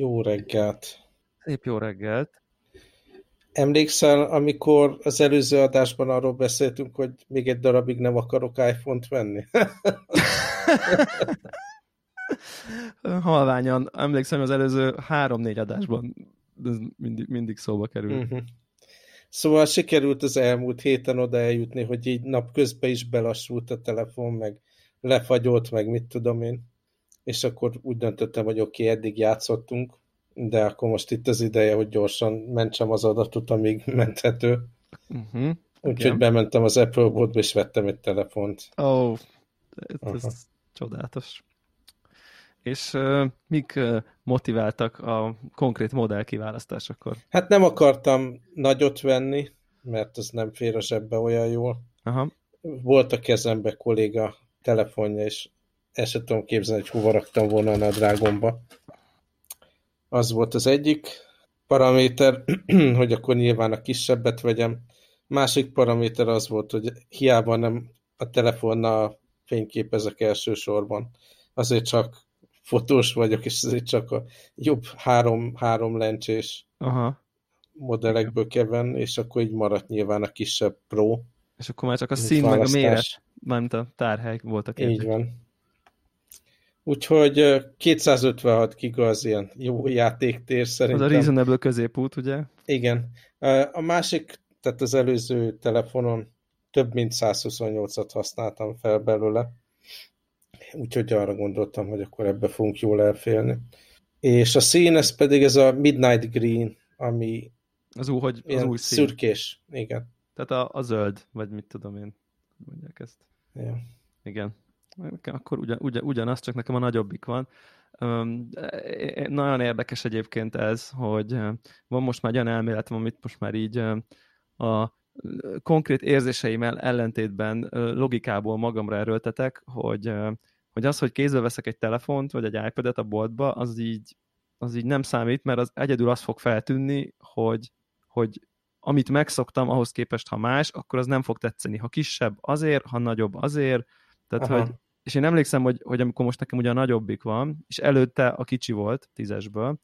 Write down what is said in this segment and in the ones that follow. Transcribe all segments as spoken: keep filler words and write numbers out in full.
Jó reggelt! Szép jó reggelt! Emlékszel, amikor az előző adásban arról beszéltünk, hogy még egy darabig nem akarok iPhone-t venni? Halványan emlékszem, az előző három-négy adásban ez mindig, mindig szóba kerül. Uh-huh. Szóval sikerült az elmúlt héten oda eljutni, hogy így napközben is belassult a telefon, meg lefagyolt, meg mit tudom én. És akkor úgy döntöttem, hogy oké, okay, eddig játszottunk, de akkor most itt az ideje, hogy gyorsan mentsem az adatot, amíg menthető. Uh-huh. Úgyhogy bementem az Apple boltba, és vettem egy telefont. Ó, oh, ez, ez csodálatos. És uh, mik uh, motiváltak a konkrét modell kiválasztásakor? Hát nem akartam nagyot venni, mert az nem fér a zsebbe olyan jól. Aha. Volt a kezembe kolléga telefonja, és el sem tudom képzelni, hogy hova raktam volna a nadrágomba. Az volt az egyik paraméter, hogy akkor nyilván a kisebbet vegyem. Másik paraméter az volt, hogy hiába nem a telefonnal fényképezek elsősorban. Azért csak fotós vagyok, és azért csak a jobb három, három lencsés Aha. modellekből kell venni, és akkor így maradt nyilván a kisebb Pro. És akkor már csak a szín meg a méret, mármint a tárhely volt a kérdés. Így van. Úgyhogy kétszázötvenhat giga az ilyen jó játéktér szerintem. Az a reasonable középút, ugye? Igen. A másik, tehát az előző telefonon több mint százhuszonnyolcat használtam fel belőle. Úgyhogy arra gondoltam, hogy akkor ebbe fogunk jól elférni. És a szín, ez pedig ez a Midnight Green, ami az új, hogy az új szín. Szürkés, igen. Tehát a, a zöld, vagy mit tudom én, mondják ezt. Ja. Igen. Akkor ugyan, ugyan, ugyanaz, csak nekem a nagyobbik van. Um, nagyon érdekes egyébként ez, hogy van most már olyan elméletem, amit most már így a konkrét érzéseimmel ellentétben logikából magamra erőltetek, hogy, hogy az, hogy kézbe veszek egy telefont, vagy egy iPad-et a boltba, az így, az így nem számít, mert az egyedül az fog feltűnni, hogy, hogy amit megszoktam, ahhoz képest, ha más, akkor az nem fog tetszeni. Ha kisebb azért, ha nagyobb azért, tehát, hogy, és én emlékszem, hogy, hogy amikor most nekem ugye a nagyobbik van, és előtte a kicsi volt, tízesből,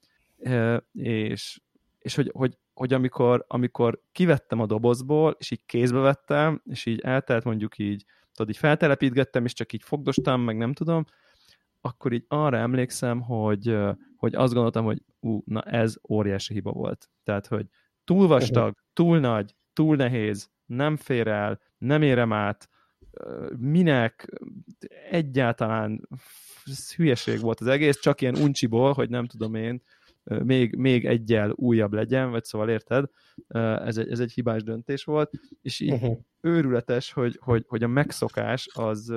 és, és hogy, hogy, hogy amikor, amikor kivettem a dobozból, és így kézbe vettem, és így eltelt mondjuk így, tudod, így feltelepítgettem, és csak így fogdostam, meg nem tudom, akkor így arra emlékszem, hogy, hogy azt gondoltam, hogy ú, na ez óriási hiba volt. Tehát, hogy túl vastag, túl nagy, túl nehéz, nem fér el, nem érem át, minek, egyáltalán hülyeség volt az egész, csak ilyen uncsiból, hogy nem tudom én, még, még egyel újabb legyen, vagy szóval érted, ez egy, ez egy hibás döntés volt, és így uh-huh. őrületes, hogy, hogy, hogy a megszokás az,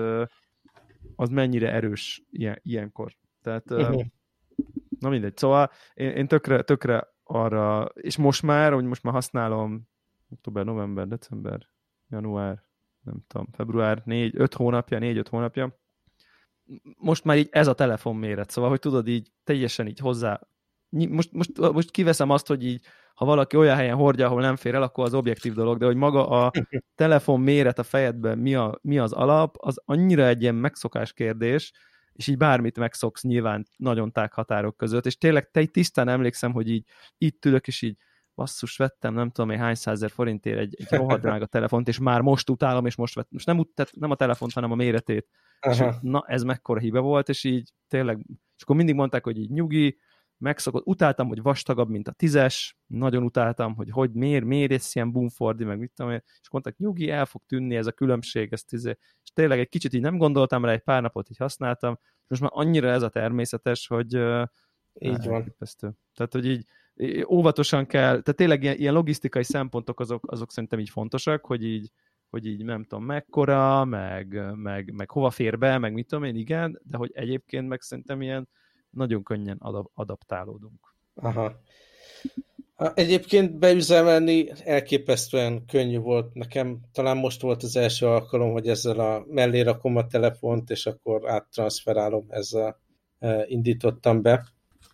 az mennyire erős ilyen, ilyenkor. Tehát, uh-huh. na mindegy, szóval én, én tökre, tökre arra, és most már, hogy most már használom október, november, december, január, nem tudom, február, négy, öt hónapja, négy-öt hónapja, most már így ez a telefon méret, szóval, hogy tudod így teljesen így hozzá, most, most, most kiveszem azt, hogy így, ha valaki olyan helyen hordja, ahol nem fér el, akkor az objektív dolog, de hogy maga a telefon méret a fejedben mi, a, mi az alap, az annyira egy ilyen megszokás kérdés, és így bármit megszoksz nyilván nagyon tág határok között, és tényleg te tisztán emlékszem, hogy így itt ülök, és így basszus, vettem nem tudom én hány százezer forintért egy, egy rohadt drága telefont, és már most utálom, és most vettem. Most nem, tehát nem a telefont, hanem a méretét. És na, ez mekkora hiba volt, és így tényleg, és akkor mindig mondták, hogy így nyugi, megszokott, utáltam, hogy vastagabb, mint a tízes, nagyon utáltam, hogy hogy miért, miért ez ilyen bumfordi, meg mit tudom én, és mondták, nyugi, el fog tűnni ez a különbség, ez tíze, és tényleg egy kicsit így nem gondoltam rá, egy pár napot így használtam, most már annyira ez a természetes, hogy így van. Elképesztő. Tehát, hogy így óvatosan kell, tehát tényleg ilyen, ilyen logisztikai szempontok azok, azok szerintem így fontosak, hogy így, hogy így nem tudom mekkora, meg, meg, meg hova fér be, meg mit tudom én, igen, de hogy egyébként meg szerintem ilyen nagyon könnyen adaptálódunk. Aha. Egyébként beüzemelni elképesztően könnyű volt. Nekem talán most volt az első alkalom, hogy ezzel a mellé rakom a telefont, és akkor áttranszferálom, ezzel indítottam be.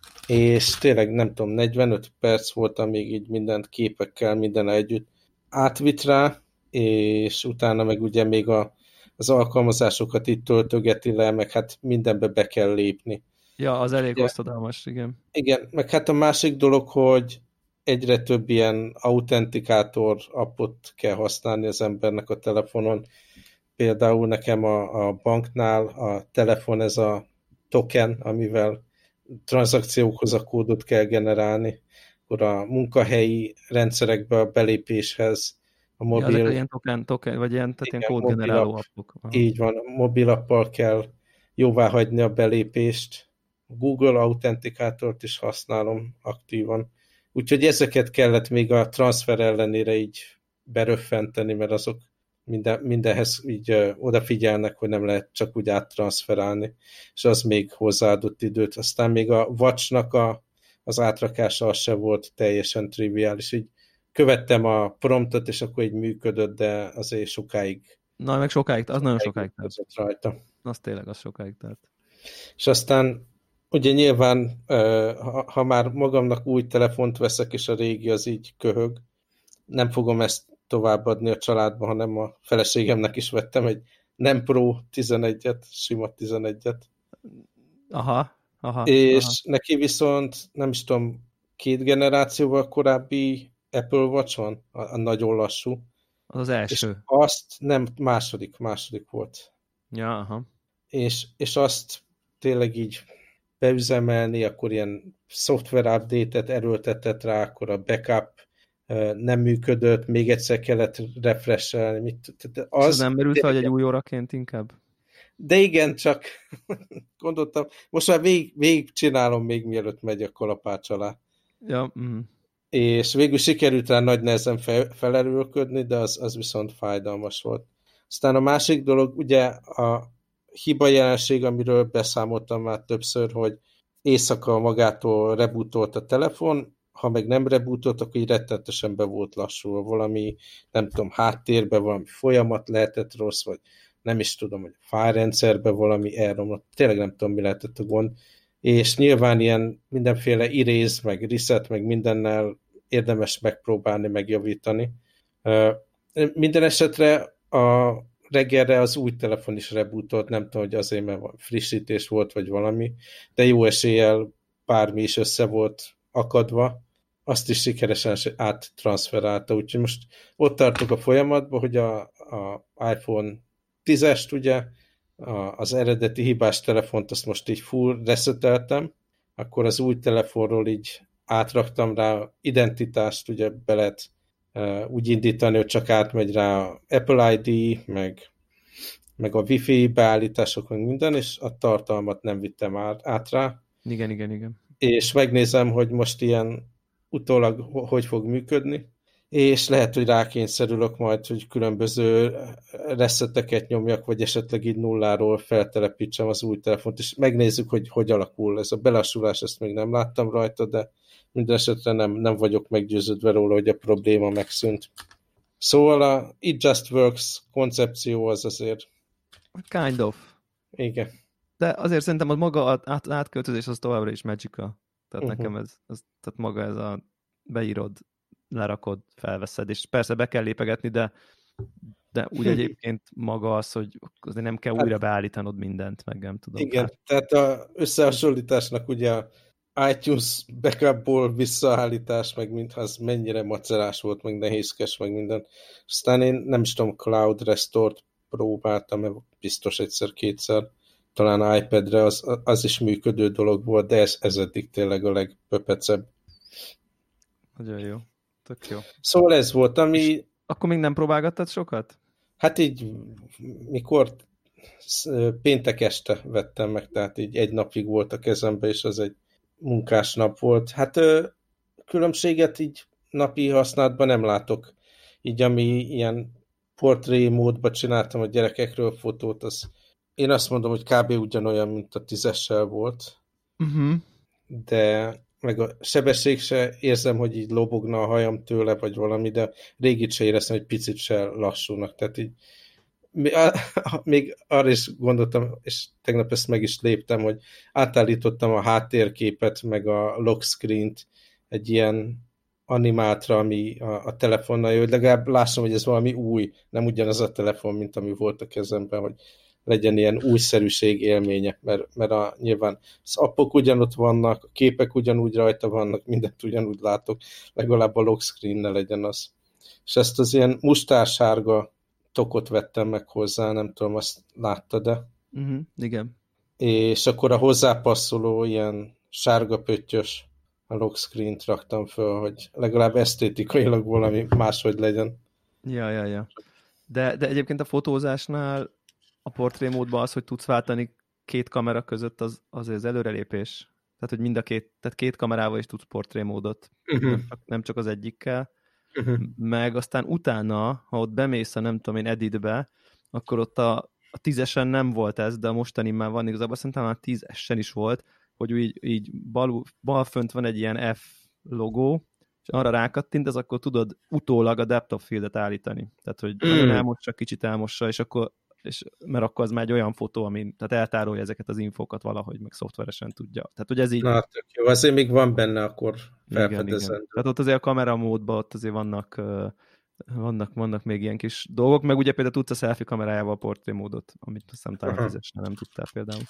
És tényleg nem tudom, negyvenöt perc volt, amíg így mindent képekkel, minden együtt átvitt rá, és utána meg ugye még a, az alkalmazásokat itt töltögeti le, meg hát mindenbe be kell lépni. Ja, az elég Ugye, hosszadalmas, igen. igen, meg hát a másik dolog, hogy egyre több ilyen autentikátor appot kell használni az embernek a telefonon. Például nekem a, a banknál a telefon ez a token, amivel tranzakciókhoz a kódot kell generálni, akkor a munkahelyi rendszerekbe a belépéshez, a Ja, ezek mobil, ilyen token, token, vagy ilyen, tehát ilyen igen, mobilapp, kódgeneráló appok. Aha. így van, a mobilappal kell jóvá hagyni a belépést. A Google Authentikátort is használom aktívan. Úgyhogy ezeket kellett még a transfer ellenére így beröffenteni, mert azok minden, mindenhez így ö, odafigyelnek, hogy nem lehet csak úgy áttranszferálni, és az még hozzáadott időt. Aztán még a Watchnak a, az átrakása az se volt teljesen triviális. Így követtem a promptot, és akkor így működött, de azért sokáig, Na, meg sokáig, az nagyon sokáig sokáig tart. működött rajta. Az tényleg, az sokáig tart. És aztán ugye nyilván, ö, ha, ha már magamnak új telefont veszek, és a régi az így köhög, nem fogom ezt továbbadni a családba, hanem a feleségemnek is vettem egy nem Pro tizenegyet, sima tizenegyet. Aha, aha, És aha. neki viszont, nem is tudom, két generációval korábbi Apple Watch van, a, a nagyon lassú, Az az és első. azt nem, második, második volt. Ja, aha. És, és azt tényleg így beüzemelni, akkor ilyen szoftver update-et erőltetett rá, akkor a backup ö, nem működött, még egyszer kellett refreshelni. Mit, tehát És az az, nem merült de, fel, hogy egy új óraként inkább? de igen, csak gondoltam, most már végig, végig csinálom még mielőtt megy a kalapács alá. Ja, mm. És végül sikerült rá nagy nehezen fe, felerőlködni, de az, az viszont fájdalmas volt. Aztán a másik dolog, ugye a hiba jelenség, amiről beszámoltam már többször, hogy éjszaka magától rebootolt a telefon, ha meg nem rebootolt, akkor így rettenetesen be volt lassulva. Valami, nem tudom, háttérben valami folyamat lehetett rossz, vagy nem is tudom, hogy a fájrendszerben valami elromlott. Tényleg nem tudom, mi lehetett a gond. És nyilván ilyen mindenféle erase, meg reset, meg mindennel érdemes megpróbálni, megjavítani. Minden esetre a reggelre az új telefon is rebootolt, nem tudom, hogy azért, mert frissítés volt, vagy valami, de jó eséllyel bármi is össze volt akadva, azt is sikeresen áttranszferálta, úgyhogy most ott tartok a folyamatban, hogy a, a iPhone tízest ugye, a, az eredeti hibás telefont azt most így full reseteltem, akkor az új telefonról így átraktam rá identitást, ugye be lehet uh, úgy indítani, hogy csak átmegy rá Apple i dé, meg, meg a Wi-Fi beállítások, meg minden, és a tartalmat nem vittem át, át rá. Igen, igen, igen. És megnézem, hogy most ilyen utólag hogy fog működni, és lehet, hogy rákényszerülök majd, hogy különböző reszeteket nyomjak, vagy esetleg így nulláról feltelepítsem az új telefont, és megnézzük, hogy hogy alakul ez a belassulás, ezt még nem láttam rajta, de minden esetre nem, nem vagyok meggyőződve róla, hogy a probléma megszűnt. Szóval a It Just Works koncepció az azért... Kind of. Igen. De azért szerintem az maga az át, átköltözés az továbbra is magical. Tehát uh-huh. nekem ez, ez, tehát maga ez a beírod, lerakod, felveszed, és persze be kell lépegetni, de, de úgy egyébként maga az, hogy azért nem kell újra beállítanod mindent, meg nem tudom. Igen, hát. tehát a összehasonlításnak ugye a iTunes backupból visszaállítás, meg mintha az mennyire macerás volt, meg nehézkes, meg minden. Aztán én nem is tudom, Cloud Restore-t próbáltam, mert biztos egyszer-kétszer, talán iPad-re az, az is működő dolog volt, de ez, ez eddig tényleg a legpöpecebb. Nagyon jó. Tök jó. Szóval ez volt, ami... És akkor még nem próbálgattad sokat? Hát így, mikor péntek este vettem meg, tehát így egy napig volt a kezembe, és az egy munkás nap volt. Hát különbséget így napi használatban nem látok. Így ami ilyen portré módban csináltam a gyerekekről fotót, az én azt mondom, hogy kb. Ugyanolyan, mint a tízessel volt. Uh-huh. De meg a sebesség se érzem, hogy így lobogna a hajam tőle, vagy valami, de régit se éreztem, hogy picit se lassúnak. Tehát így még arra is gondoltam, és tegnap ezt meg is léptem, hogy átállítottam a háttérképet, meg a lock screen-t egy ilyen animátra, ami a, a telefonnal jó, hogy legalább lássam, hogy ez valami új, nem ugyanaz a telefon, mint ami volt a kezemben, hogy legyen ilyen újszerűség élménye, mert, mert a, nyilván az appok ugyanott vannak, a képek ugyanúgy rajta vannak, mindent ugyanúgy látok, legalább a lock screen ne legyen az. És ezt az ilyen mustársárga tokot vettem meg hozzá, nem tudom, azt láttad, de... Uh-huh, igen. És akkor a hozzápasszoló ilyen sárga pöttyös a lock screen-t raktam föl, hogy legalább esztétikailag valami máshogy legyen. Ja, ja, ja. De, de egyébként a fotózásnál a portrémódban az, hogy tudsz váltani két kamera között, az azért az előrelépés. Tehát, hogy mind a két, tehát két kamerával is tudsz portrémódot, uh-huh. nem, csak, nem csak az egyikkel. Uh-huh. Meg aztán utána, ha ott bemész a nem tudom én editbe, akkor ott a, a tízesen nem volt ez, de a mostani már van igazából, szerintem már tízesen is volt, hogy így, így bal, bal fönt van egy ilyen F logó, és arra rákattint, az akkor tudod utólag a depth of fieldet állítani. Tehát, hogy mm. nagyon elmossa, kicsit elmossa, és akkor, és, mert akkor az már egy olyan fotó, ami tehát eltárolja ezeket az infókat valahogy, meg szoftveresen tudja. Tehát, hogy ez így... Na, tök jó. Azért még van benne, akkor felfedezem. Tehát ott azért a kameramódban ott azért vannak, uh, vannak, vannak még ilyen kis dolgok, meg ugye például tudsz a selfie kamerájával a portrémódot, amit azt hiszem talán tízesnél nem tudtál például.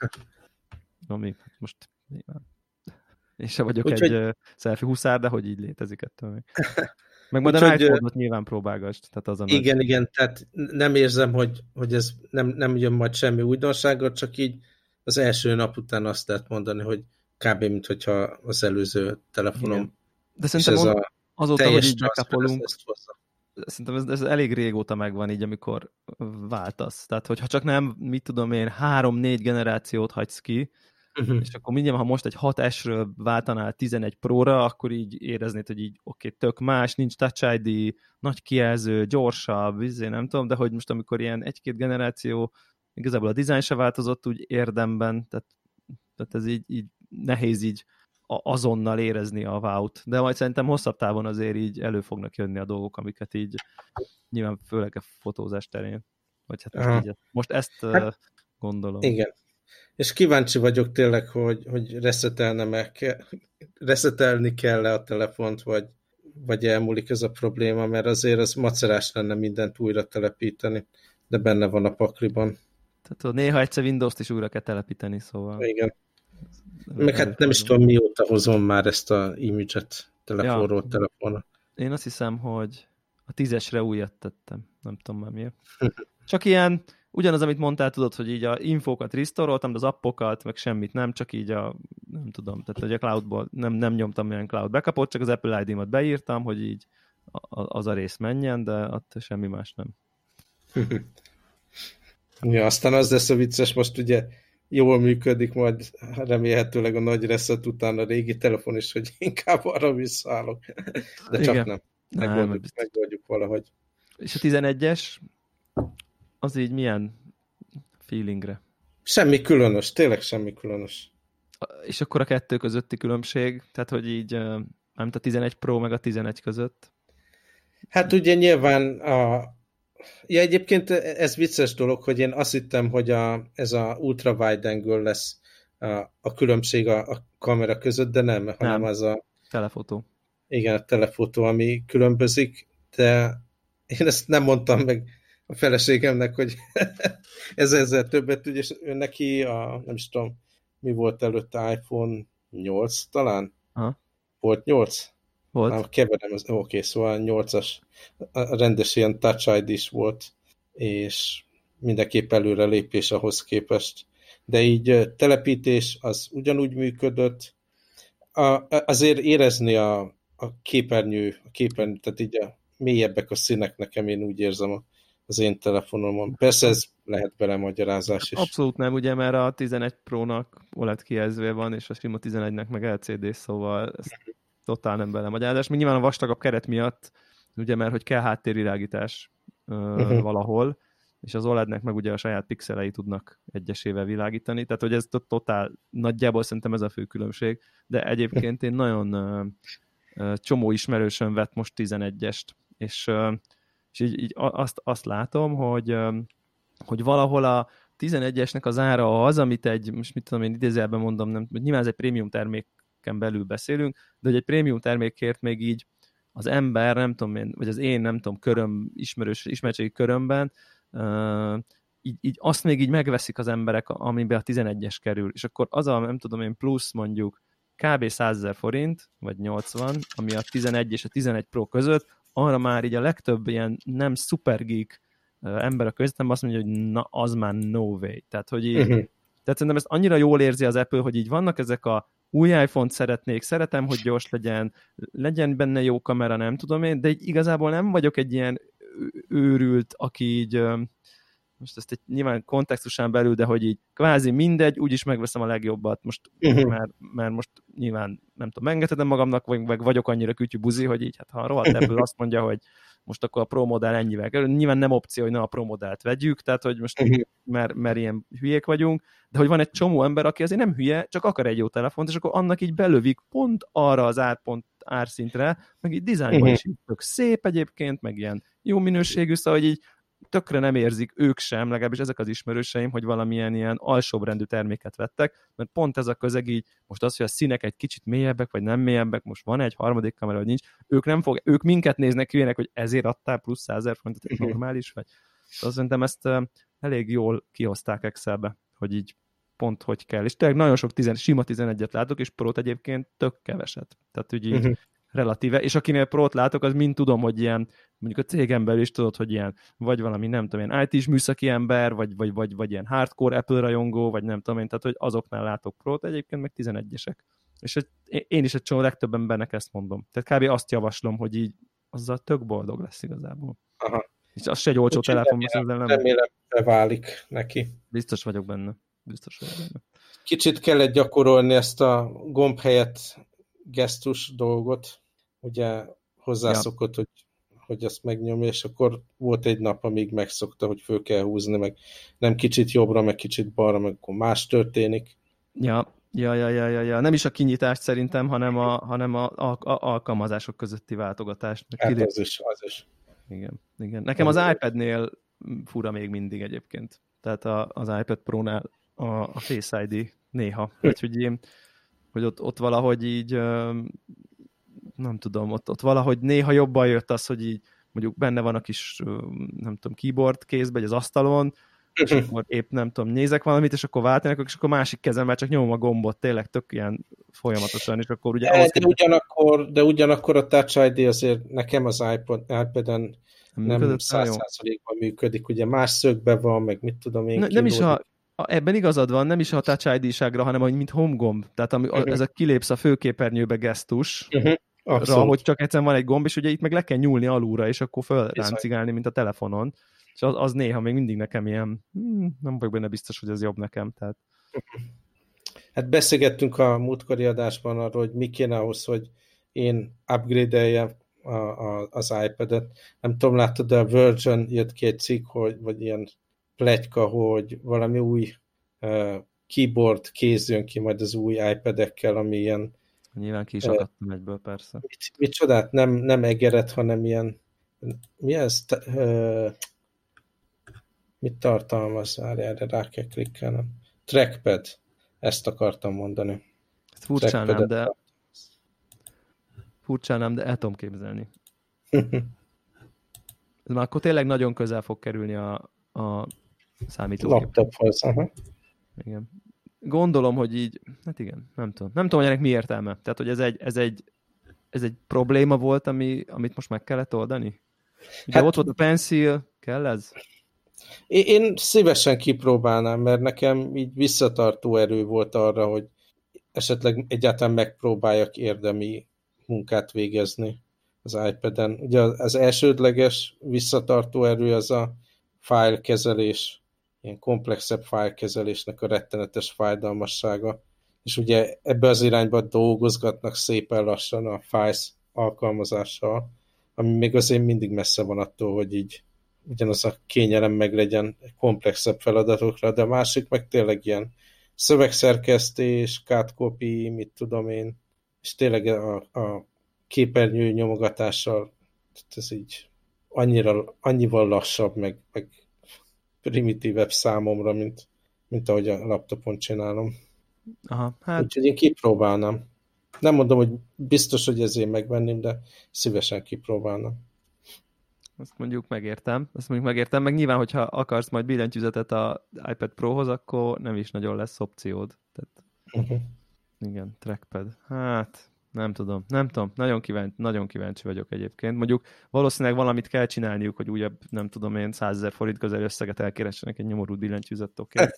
Ami most nyilván. Én sem vagyok úgy, egy hogy... selfie huszár, de hogy így létezik ettől még. Meg majd a iPhone-ot nyilván próbálgasd. Tehát az a igen, nagy... igen, tehát nem érzem, hogy, hogy ez nem, nem jön majd semmi újdonságot, csak így az első nap után azt lehet mondani, hogy kb. Mint hogyha az előző telefonom. Igen. De szerintem ez a azóta, hogy így bekapolunk, szerintem ez, ez elég régóta megvan így, amikor váltasz. Tehát, hogyha csak nem, mit tudom én, három-négy generációt hagysz ki, uh-huh. és akkor mindjárt, ha most egy hat esről váltanál tizenegy Pro-ra, akkor így éreznéd, hogy így oké, okay, tök más, nincs Touch i dé, nagy kijelző, gyorsabb, izé, nem tudom, de hogy most amikor ilyen egy-két generáció, igazából a dizájn se változott úgy érdemben, tehát, tehát ez így, így nehéz így azonnal érezni a wow-t, de majd szerintem hosszabb távon azért így elő fognak jönni a dolgok, amiket így nyilván főleg a fotózás terén. Vagy hát most, így, most ezt hát, gondolom. Igen. És kíváncsi vagyok tényleg, hogy, hogy reszetelnem ke, reszetelni kell-e a telefont, vagy, vagy elmúlik ez a probléma, mert azért az macerás lenne mindent újra telepíteni, de benne van a pakliban. Tehát néha egyszer Windows-t is újra kell telepíteni, szóval... Igen. Meg hát nem is tudom, mióta hozom már ezt a image-et telefonról ja. telefonra. Én azt hiszem, hogy a tízesre újat tettem. Nem tudom már miért. Csak ilyen, ugyanaz, amit mondtál, tudod, hogy így a infókat restore-oltam, de az appokat, meg semmit nem, csak így a, nem tudom, tehát hogy a cloudból nem, nem nyomtam olyan cloud backupot, csak az Apple i dé-mat beírtam, hogy így az a rész menjen, de ott semmi más nem. Ja, aztán az lesz a vicces, most ugye jól működik, majd remélhetőleg a nagy reset után a régi telefon is, hogy inkább arra visszaállok. De csak igen. nem. Megoldjuk, nem, megoldjuk valahogy. És a tizenegyes, az így milyen feelingre? Semmi különös, tényleg semmi különös. És akkor a kettő közötti különbség, tehát hogy így, nem a tizenegy Pro meg a tizenegy között? Hát ugye nyilván a ja, egyébként ez vicces dolog, hogy én azt hittem, hogy a, ez a ultra wide angle lesz a, a különbség a, a kamera között, de nem, nem, hanem az a telefotó. Igen, a telefotó, ami különbözik, de én ezt nem mondtam meg a feleségemnek, hogy ez ezzel többet tud, és ő neki a, nem is tudom, mi volt előtte, iPhone nyolc talán? Aha. Volt nyolc? Volt. Nem, keverem, oké, okay, szóval nyolcas, a rendes ilyen Touch i dé-s volt, és mindenképp előre lépés ahhoz képest. De így telepítés az ugyanúgy működött. A, azért érezni a, a képernyő, a képernyő, tehát így a mélyebbek a színek nekem, én úgy érzem az én telefonomon. Persze ez lehet belemagyarázás is. Abszolút nem, ugye, mert a tizenegy Pro-nak o el e dé kijelzője van, és a sima tizenegynek meg el cé dé, szóval ez totál nem belemagyarázás. Még nyilván a vastagabb keret miatt, ugye, mert hogy kell háttérvilágítás uh, uh-huh. valahol, és az o el é dé-nek meg ugye a saját pixelei tudnak egyesével világítani, tehát hogy ez totál, nagyjából szerintem ez a fő különbség, de egyébként én nagyon uh, uh, csomó ismerősön vett most tizenegyest, és, uh, és így, így azt, azt látom, hogy, uh, hogy valahol a tizenegyesnek az ára az, amit egy, most mit tudom én idézőjelben mondom, nem, nyilván ez egy prémium terméken belül beszélünk, de hogy egy prémium termékért még így az ember, nem tudom én, vagy az én, nem tudom, köröm, ismerős, ismertségi körömben Uh, így, így azt még így megveszik az emberek, amiben a tizenegyes kerül, és akkor az a, nem tudom én, plusz mondjuk kb. százezer forint, vagy nyolcvan, ami a tizenegy és a tizenegy Pro között, arra már így a legtöbb ilyen nem super geek ember a közöttem azt mondja, hogy na, az már no way. Tehát, hogy így, uh-huh. tehát szerintem ezt annyira jól érzi az Apple, hogy így vannak ezek a új iPhone-t szeretnék, szeretem, hogy gyors legyen, legyen benne jó kamera, nem tudom én, de így igazából nem vagyok egy ilyen őrült, aki így, most ezt egy nyilván kontextusán belül, de hogy így kvázi mindegy, úgyis megveszem a legjobbat, most, uh-huh. mert, mert most nyilván nem tudom, megengedhetem magamnak, vagy vagyok annyira kütyű buzi, hogy így, hát ha a rohadt Apple azt mondja, hogy most akkor a Pro modell ennyivel kerül, nyilván nem opció, hogy ne a Pro modellt vegyük, tehát hogy most, uh-huh. mert, mert ilyen hülyék vagyunk, de hogy van egy csomó ember, aki azért nem hülye, csak akar egy jó telefont, és akkor annak így belövik pont arra az árpont árszintre, meg így dizájnban uh-huh. is így tök szép egyébként, meg ilyen jó minőségű, szóval hogy így tökre nem érzik ők sem, legalábbis ezek az ismerőseim, hogy valamilyen ilyen alsóbrendű terméket vettek, mert pont ez a közeg így, most az, hogy a színek egy kicsit mélyebbek, vagy nem mélyebbek, most van egy harmadik kamera, vagy nincs, ők nem fog, ők minket néznek hülyének, hogy ezért adtál plusz százezer forintot, ez normális, vagy azt szerintem ezt uh, elég jól kihozták Excelbe, hogy így pont hogy kell, és tényleg nagyon sok tizen, sima tizenegyet látok, és Pro-t egyébként tök keveset, tehát hogy így uh-huh. relatíve, és akinél Pro-t látok, az mind tudom, hogy ilyen, mondjuk a cégen belül is tudod, hogy ilyen, vagy valami, nem tudom, ilyen í té-s műszaki ember, vagy, vagy, vagy, vagy ilyen hardcore Apple rajongó, vagy nem tudom én, tehát hogy azoknál látok Pro-t, egyébként meg tizenegyesek. És egy, én is egy csomó legtöbb embernek ezt mondom. Tehát kb. Azt javaslom, hogy így azzal tök boldog lesz igazából. Aha. És az se egy olcsó telefon, remélem, nem... remélem, beválik neki. Biztos vagyok benne. Biztos vagyok benne. Kicsit kellett gyakorolni ezt a gomb helyett gesztus dolgot. Ugye hozzászokott, ja. hogy, hogy azt megnyomja, és akkor volt egy nap, amíg megszokta, hogy föl kell húzni, meg nem kicsit jobbra, meg kicsit balra, meg akkor más történik. Ja, ja, ja, ja, ja, ja. Nem is a kinyitást szerintem, hanem a, hanem a, a, a alkalmazások közötti váltogatást. Hát az is, az is. Igen, igen. Nekem az iPadnél fura még mindig egyébként. Tehát a, az iPad Pro-nál a, a Face i dé néha. Vagy hogy, én, hogy ott, ott valahogy így nem tudom, ott, ott valahogy néha jobban jött az, hogy így mondjuk benne van a kis, nem tudom, keyboard kézbe, vagy az asztalon, és akkor épp nem tudom, nézek valamit, és akkor váltanak, és akkor másik kezemmel csak nyomom a gombot, tényleg tök ilyen folyamatosan, és akkor ugye... De, ahhoz de, ugyanakkor, de ugyanakkor a Touch i dé azért nekem az iPod, iPad-en nem száz százalékban működik, ugye más szögben van, meg mit tudom én. Ne, nem is a, a, ebben igazad van, nem is a Touch i dé-ságra, hanem mint home gomb, tehát ami, uh-huh. ez a kilépsz a főképernyőbe gesztus, uh-huh. Ra, hogy csak egyszerűen van egy gomb, és ugye itt meg le kell nyúlni alulra, és akkor fölráncigálni, mint a telefonon. És az, az néha még mindig nekem ilyen, hmm, nem vagyok benne biztos, hogy ez jobb nekem. Tehát. Hát beszélgettünk a múltkori adásban arról, hogy mi kéne ahhoz, hogy én upgrade-eljem a, a, az iPad-et. Nem tudom, láttad, de a Virgin jött ki egy cikk, hogy, vagy ilyen pletyka, hogy valami új uh, keyboard kéz jön ki majd az új iPad-ekkel, ami ilyen nyilván ki is akadtam egyből, persze. Mit, mit csodát? Nem, nem egeret, hanem ilyen mi ez? Te, uh, mit tartalmaz? Várj, erre rá kell klikkelnem. Trackpad. Ezt akartam mondani. Furcsán nem, de furcsán nem, de el tudom képzelni. Ez már akkor tényleg nagyon közel fog kerülni a, a számítógép. Laptophoz, aha. Igen. Gondolom, hogy így, hát igen, nem tudom. Nem tudom, hogy ennek mi értelme. Tehát, hogy ez egy, ez egy, ez egy probléma volt, ami, amit most meg kellett oldani? Ugye hát, ott volt a Pencil, kell ez? Én szívesen kipróbálnám, mert nekem így visszatartó erő volt arra, hogy esetleg egyáltalán megpróbáljak érdemi munkát végezni az iPad-en. Ugye az elsődleges visszatartó erő az a fájlkezelés, ilyen komplexebb fájlkezelésnek a rettenetes fájdalmassága. És ugye ebbe az irányba dolgozgatnak szépen lassan a Files alkalmazással, ami még azért mindig messze van attól, hogy így ugyanaz a kényelem meg legyen komplexebb feladatokra, de a másik meg tényleg ilyen szövegszerkesztés, cut copy, mit tudom én, és tényleg a, a képernyő nyomogatással ez így annyira, annyival lassabb, meg, meg primitívebb számomra, mint, mint ahogy a laptopon csinálom. Aha, hát... Úgyhogy én kipróbálnám. Nem mondom, hogy biztos, hogy ezért megvenném, de szívesen kipróbálnám. azt mondjuk megértem. Azt mondjuk megértem, meg nyilván, hogyha akarsz majd billentyűzetet a iPad Prohoz, akkor nem is nagyon lesz opciód. Tehát, uh-huh. Igen, trackpad. Hát, nem tudom, nem tudom. Nagyon kíváncsi, nagyon kíváncsi vagyok egyébként. Mondjuk valószínűleg valamit kell csinálniuk, hogy újabb, nem tudom én, százezer forint közel összeget elkeressenek egy nyomorult billentyűzettokért.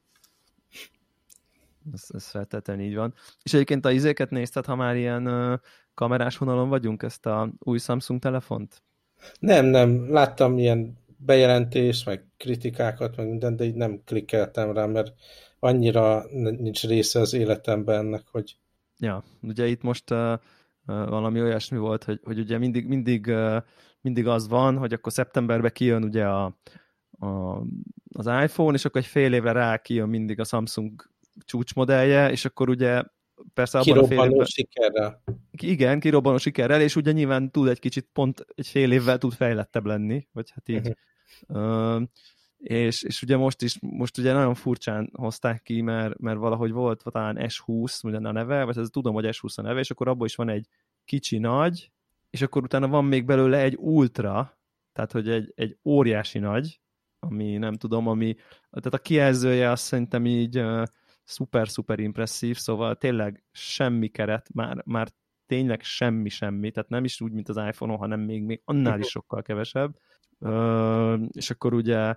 Ez, ez feltétlenül így van. És egyébként a izéket nézted, ha már ilyen uh, kamerás vonalon vagyunk, ezt a új Samsung telefont? Nem, nem. Láttam ilyen bejelentést, meg kritikákat, meg minden, de így nem klikkeltem rá, mert annyira nincs része az életemben ennek, hogy... Ja, ugye itt most uh, uh, valami olyasmi volt, hogy, hogy ugye mindig, mindig, uh, mindig az van, hogy akkor szeptemberben kijön ugye a, a, az iPhone, és akkor egy fél évre rá kijön mindig a Samsung csúcsmodellje, és akkor ugye persze abban a fél évben... sikerrel. Igen, kirobbanó sikerrel, és ugye nyilván tud egy kicsit pont egy fél évvel tud fejlettebb lenni, vagy hát így. Uh-huh. Uh, és, és ugye most is, most ugye nagyon furcsán hozták ki, mert, mert valahogy volt talán es húsz, ugye a neve, vagy ez tudom, hogy es húsz a neve, és akkor abban is van egy kicsi nagy, és akkor utána van még belőle egy ultra, tehát hogy egy, egy óriási nagy, ami nem tudom, ami, tehát a kijelzője azt szerintem így uh, szuper-szuper impresszív, szóval tényleg semmi keret, már, már tényleg semmi-semmi, tehát nem is úgy, mint az iPhone-on, hanem még, még annál is sokkal kevesebb. Uh, és akkor ugye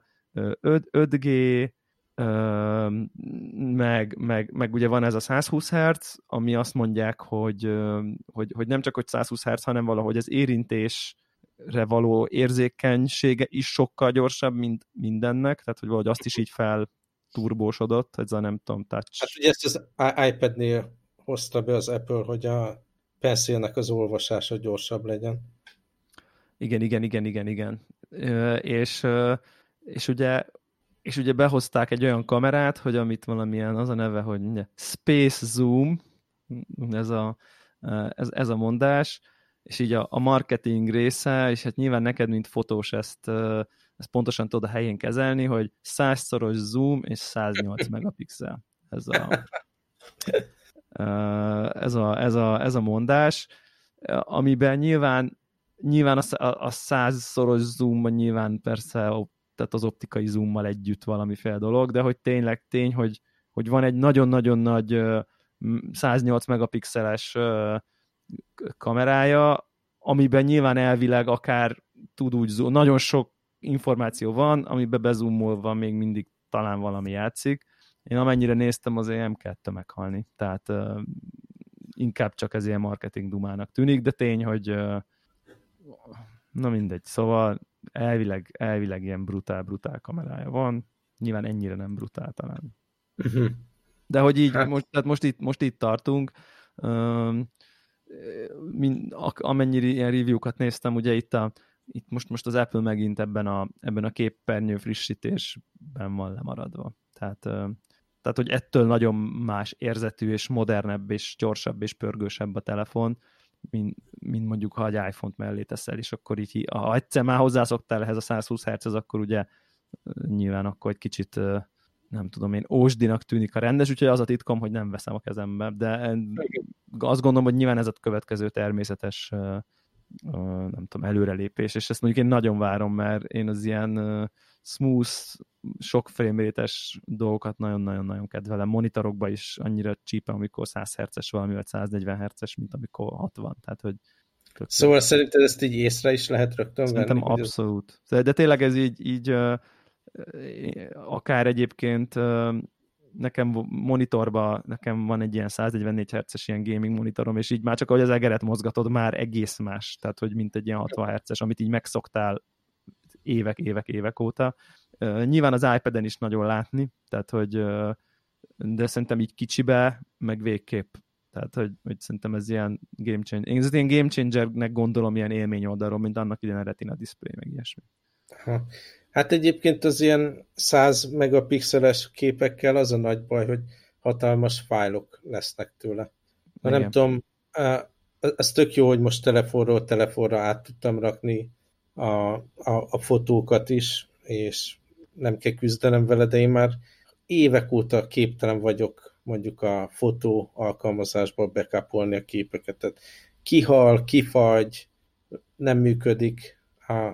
öt gé, uh, meg, meg, meg ugye van ez a száz húsz hertz, ami azt mondják, hogy, uh, hogy, hogy nem csak hogy száz húsz hertz, hanem valahogy az érintésre való érzékenysége is sokkal gyorsabb, mint mindennek, tehát hogy valahogy azt is így fel turbósodott, ez a nem tudom, touch. Hát ugye ezt az iPad-nél hozta be az Apple, hogy a Pencilnek az olvasása gyorsabb legyen. Igen, igen, igen, igen, igen. Ö, és, ö, és, ugye, és ugye behozták egy olyan kamerát, hogy amit valamilyen, az a neve, hogy ugye, Space Zoom, ez a, ez, ez a mondás, és így a, a marketing része, és hát nyilván neked, mint fotós, ezt, ezt pontosan tudod a helyén kezelni, hogy százszoros zoom és száznyolc megapixel. Ez a, ez a, ez a, ez a mondás, amiben nyilván nyilván a, a százszoros zoomban nyilván persze tehát az optikai zoommal együtt valamiféle dolog, de hogy tényleg tény, hogy, hogy van egy nagyon-nagyon nagy száznyolc megapixeles kamerája, amiben nyilván elvileg akár tud úgy zoom, nagyon sok információ van, amiben bezoomolva még mindig talán valami játszik. Én amennyire néztem, azért nem kell meghalni. Tehát uh, inkább csak ez ilyen marketing dumának tűnik, de tény, hogy uh, na mindegy. Szóval elvileg, elvileg ilyen brutál-brutál kamerája van. Nyilván ennyire nem brutál talán. Uh-huh. De hogy így, hát. most, tehát most, itt, most itt tartunk, um, min, amennyire ilyen review-kat néztem, ugye itt, a, itt most, most az Apple megint ebben a, ebben a képernyő frissítésben van lemaradva. Tehát, uh, tehát, hogy ettől nagyon más érzetű, és modernebb, és gyorsabb, és pörgősebb a telefon, mint, mint mondjuk, ha egy iPhone-t mellé teszel, és akkor így, ha egyszer már hozzászoktál ehhez a száz húsz hertzhez, akkor ugye nyilván akkor egy kicsit, nem tudom én, ósdinak tűnik a rendes, úgyhogy az a titkom, hogy nem veszem a kezembe, de azt gondolom, hogy nyilván ez a következő természetes nem tudom, előrelépés, és ezt mondjuk én nagyon várom, mert én az ilyen smooth, sok frame rate-es dolgokat nagyon-nagyon-nagyon kedvelem. Monitorokban is annyira csípem, amikor száz hertzes valami, vagy száznegyven hertzes, mint amikor hatvan. Tehát, hogy szóval szerinted ezt így észre is lehet rögtön Szerintem venni? abszolút. Ez... De tényleg ez így, így akár egyébként nekem monitorban, nekem van egy ilyen száznegyvennégy hertzes ilyen gaming monitorom, és így már csak ahogy az egeret mozgatod, már egész más. Tehát, hogy mint egy ilyen hatvan hertzes, amit így megszoktál évek, évek, évek óta. Uh, nyilván az iPad-en is nagyon látni, tehát, hogy uh, de szerintem így kicsibe, meg végképp. Tehát, hogy, hogy szerintem ez ilyen game changer. Én ezt ilyen game changernek gondolom ilyen élmény oldalról, mint annak idején a Retina display, meg ilyesmi. Ha. Hát egyébként az ilyen száz megapixeles képekkel az a nagy baj, hogy hatalmas fájlok lesznek tőle. Na, nem tudom, ez tök jó, hogy most telefonról telefonra át tudtam rakni a, a, a fotókat is, és nem kell küzdenem vele, de én már évek óta képtelen vagyok mondjuk a fotó alkalmazásból backupolni a képeket. Tehát kihal, kifagy, nem működik. A,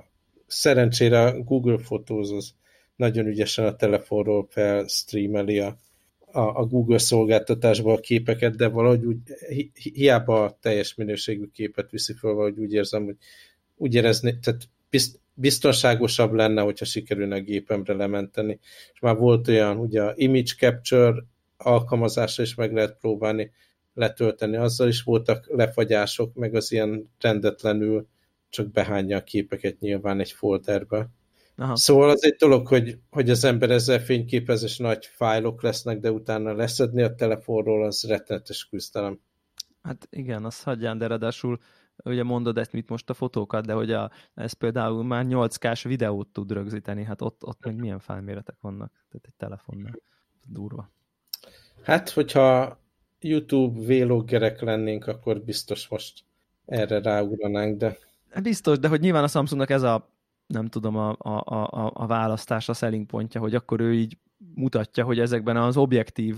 szerencsére a Google Photos az nagyon ügyesen a telefonról felstreameli a, a, a Google szolgáltatásba a képeket, de valahogy úgy, hi, hiába a teljes minőségű képet viszi fel, valahogy úgy érzem, hogy úgy érezni, tehát bizt, biztonságosabb lenne, hogyha sikerülne a gépemre lementeni. És már volt olyan, ugye a Image Capture alkalmazásra is meg lehet próbálni letölteni, azzal is voltak lefagyások, meg az ilyen rendetlenül csak behányja a képeket nyilván egy folderbe. Aha. Szóval az egy dolog, hogy, hogy az ember ezzel fényképez, és nagy fájlok lesznek, de utána leszedni a telefonról, az rettenetes küzdelem. Hát igen, azt hagyján, de ráadásul ugye mondod ezt, mit most a fotókat, de hogy a, ez például már nyolc ká-s videót tud rögzíteni, hát ott, ott még milyen fájlméretek vannak, tehát egy telefonnál. Durva. Hát, hogyha YouTube vloggerek lennénk, akkor biztos most erre ráugranánk, de... Biztos, de hogy nyilván a Samsungnak ez a, nem tudom, a, a, a, a választás, a selling pontja, hogy akkor ő így mutatja, hogy ezekben az objektív,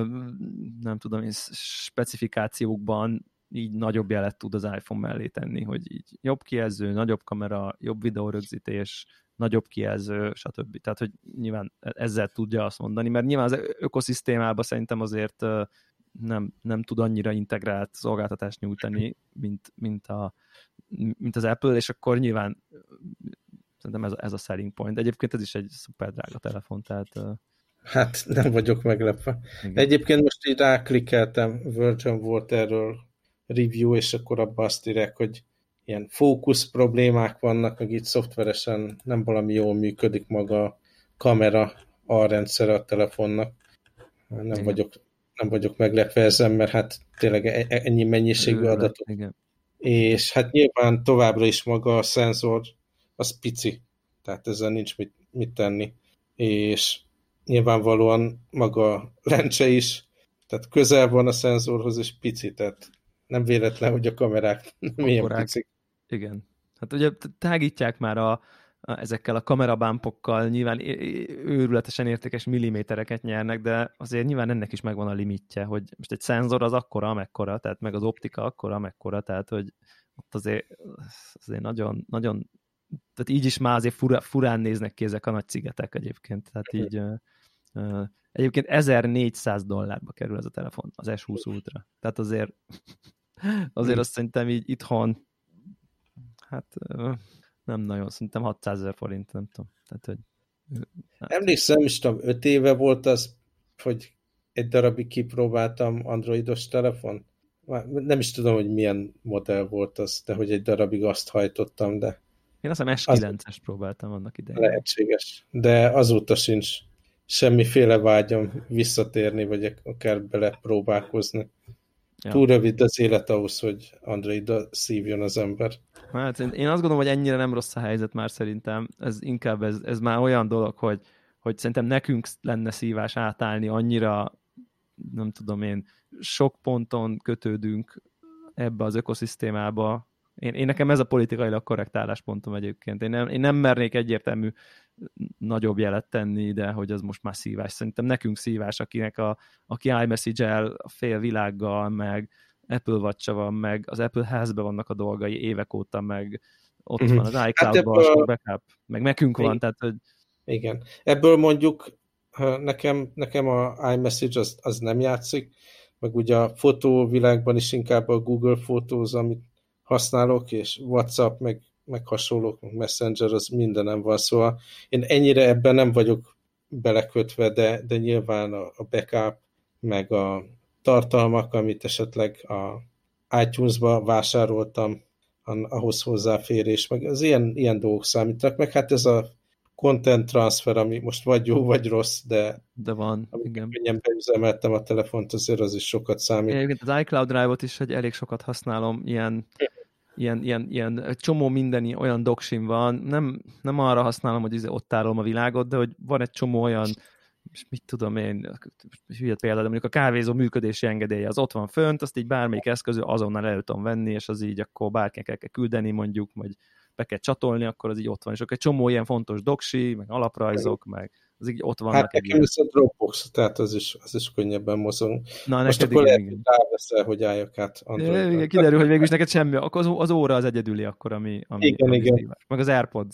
nem tudom, specifikációkban így nagyobb jelet tud az iPhone mellé tenni, hogy így jobb kijelző, nagyobb kamera, jobb videórögzítés, nagyobb kijelző, stb. Tehát, hogy nyilván ezzel tudja azt mondani, mert nyilván az ökoszisztémában szerintem azért nem, nem tud annyira integrált szolgáltatást nyújtani, mint, mint, a, mint az Apple, és akkor nyilván szerintem ez, ez a selling point. Egyébként ez is egy szuper drága telefon, tehát... Hát nem vagyok meglepve. Igen. Egyébként most így ráklikkeltem, Virgin volt erről review, és akkor abban azt írják, hogy ilyen fókusz problémák vannak, meg itt szoftveresen nem valami jól működik maga a kamera alrendszere a telefonnak. Nem vagyok, nem vagyok meglepve ezen, mert hát tényleg ennyi mennyiségű Őrület, adatot. Igen. És hát nyilván továbbra is maga a szenzor az pici, tehát ezzel nincs mit, mit tenni. És nyilvánvalóan maga a lencse is, tehát közel van a szenzorhoz, és pici, tehát nem véletlen, hogy a kamerák nem ilyen picik. Igen. Hát ugye tágítják már a, a, ezekkel a kamerabámpokkal, nyilván őrületesen értékes millimétereket nyernek, de azért nyilván ennek is megvan a limitje, hogy most egy szenzor az akkora, amekkora, tehát meg az optika akkora, amekkora, tehát hogy ott azért, azért nagyon, nagyon, tehát így is már azért fura, furán néznek ki ezek a nagy cigetek egyébként, tehát így uh, uh, egyébként ezernégyszáz dollárba kerül ez a telefon, az es húsz Ultra. Tehát azért azért azt szerintem így itthon hát nem nagyon, szerintem hatszázezer forint, nem tudom. Tehát, hogy, hát. Emlékszem, is tudom, öt éve volt az, hogy egy darabig kipróbáltam androidos telefon. Nem is tudom, hogy milyen modell volt az, de hogy egy darabig azt hajtottam, de... Én azt hiszem es kilences próbáltam annak idején. Lehetséges, de azóta sincs semmiféle vágyam visszatérni, vagy akár bele próbálkozni. Ja. Túl rövid az élet ahhoz, hogy Androidra szívjon az ember. Hát én azt gondolom, hogy ennyire nem rossz a helyzet már szerintem. Ez inkább ez, ez már olyan dolog, hogy, hogy szerintem nekünk lenne szívás átállni annyira, nem tudom én, sok ponton kötődünk ebbe az ökoszisztémába. Én, én nekem ez a politikailag korrekt álláspontom egyébként. Én nem, én nem mernék egyértelmű nagyobb jelet tenni ide, hogy az most már szívás. Szerintem nekünk szívás, akinek a, aki iMessage-el a fél világgal, meg Apple Watch-a van, meg az Apple házban vannak a dolgai évek óta, meg ott mm-hmm. van az iCloud-ban, hát a backup, meg nekünk van, tehát hogy... Igen. Ebből mondjuk nekem, nekem a iMessage az, az nem játszik, meg ugye a fotóvilágban is inkább a Google Photos, amit használok, és WhatsApp, meg, meg hasonlók, meg Messenger, az mindenem van, szóval én ennyire ebben nem vagyok belekötve, de, de nyilván a, a backup, meg a tartalmak, amit esetleg a iTunes-ba vásároltam, ahhoz hozzáférés, meg az ilyen, ilyen dolgok számítanak, meg hát ez a content transfer, ami most vagy jó, vagy rossz, de, de van, igen. Könnyen beüzemeltem a telefont, azért az is sokat számít. Egyébként az iCloud Drive-ot is hogy elég sokat használom, ilyen, ilyen, ilyen, ilyen csomó mindeni olyan doksim van, nem, nem arra használom, hogy ott tárolom a világot, de hogy van egy csomó olyan, és mit tudom én, hülye példa, de mondjuk a kávézó működési engedélye, az ott van fönt, azt így bármelyik eszközül azonnal el tudom venni, és az így akkor bárkinek el kell küldeni mondjuk, vagy be kell csatolni, akkor az így ott van. És akkor egy csomó ilyen fontos doksi, meg alaprajzok, meg az így ott vannak. Hát nekem ez a Dropbox, tehát az is, az is könnyebben mozog. Na, most akkor igen, lehet, hogy ráveszel, hogy álljak át Androidra. Igen, kiderül, hogy végülis neked semmi, akkor az, az óra az egyedüli akkor, ami, ami, igen, ami igen. szívás. Meg az AirPods.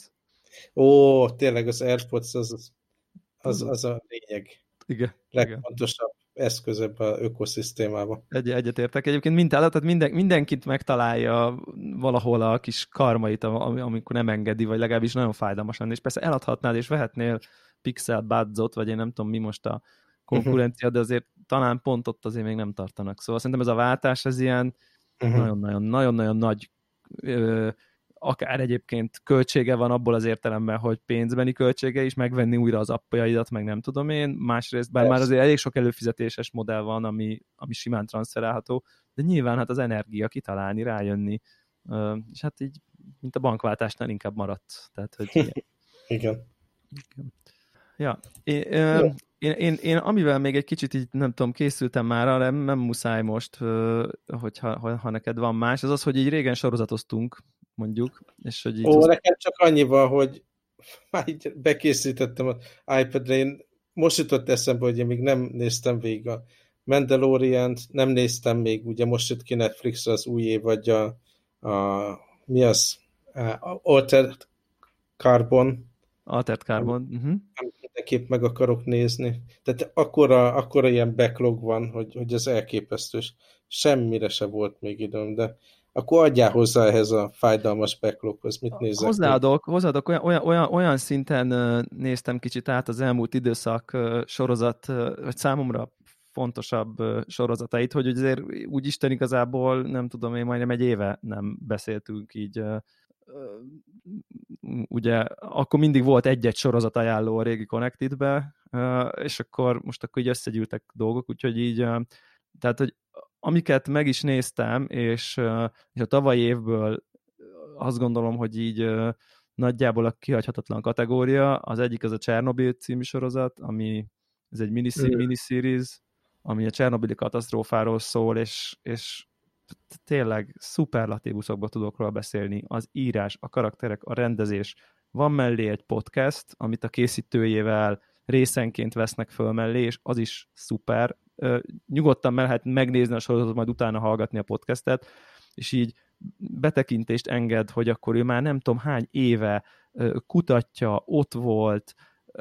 Ó, tényleg az AirPods az, az, az, Tudod? az a lényeg. Igen, igen. Legfontosabb eszköz ebben az ökoszisztémában. Egy, egyetértek. Egyébként mintázat, tehát minden, mindenkit megtalálja valahol a kis karmait, am- amikor nem engedi, vagy legalábbis nagyon fájdalmas lenne. És persze eladhatnád, és vehetnél Pixel Buds-ot, vagy én nem tudom, mi most a Uh-huh. konkurencia, de azért talán pont ott azért még nem tartanak. Szóval szerintem ez a váltás, ez ilyen Uh-huh. nagyon-nagyon nagyon-nagyon nagy ö, akár egyébként költsége van abból az értelemben, hogy pénzbeni költsége is, megvenni újra az appjaidat, meg nem tudom én, másrészt, bár már Persze. azért elég sok előfizetéses modell van, ami, ami simán transferálható, de nyilván hát az energia kitalálni, rájönni, ö, és hát így, mint a bankváltásnál inkább maradt. Tehát, hogy ilyen. Igen. Ja, én, ö, Jó. én, én, én amivel még egy kicsit így, nem tudom, készültem már, nem, nem muszáj most, ö, hogyha, ha, ha neked van más, az az, hogy így régen sorozatoztunk, mondjuk, és hogy így Ó, az... nekem csak annyival, hogy már így bekészítettem az iPad-re, én most jutott eszembe, hogy én még nem néztem végig a Mandalorian-t, nem néztem még, ugye most jött ki Netflixre az új évadja, a, mi az? A Altered Carbon, Altered Carbon. Uh-huh. amit mindenképp meg akarok nézni. Tehát akkora, akkora ilyen backlog van, hogy, hogy ez elképesztő, és semmire se volt még időm, de akkor adjál hozzá ehhez a fájdalmas backloghoz, mit nézek még. Hozzáadok, hozzáadok olyan, olyan, olyan, olyan szinten uh, néztem kicsit át az elmúlt időszak uh, sorozat, uh, vagy számomra fontosabb uh, sorozatait, hogy azért úgy Isten igazából, nem tudom, én majdnem egy éve nem beszéltünk így. Uh, uh, ugye akkor mindig volt egy-egy sorozat ajánló a régi Connected-be, uh, és akkor most akkor így összegyűltek dolgok, úgyhogy így, uh, tehát, hogy amiket meg is néztem, és, uh, és a tavalyi évből azt gondolom, hogy így uh, nagyjából a kihagyhatatlan kategória. Az egyik az a Csernobyl című sorozat, ami ez egy Mm. miniseries, ami a Csernobili katasztrófáról szól, és, és tényleg szuperlatívuszokba tudok róla beszélni. Az írás, a karakterek, a rendezés. Van mellé egy podcast, amit a készítőjével részenként vesznek föl mellé, és az is szuper. Uh, nyugodtan meg lehet megnézni a sorozatot, majd utána hallgatni a podcastet, és így betekintést enged, hogy akkor ő már nem tudom hány éve kutatja, ott volt,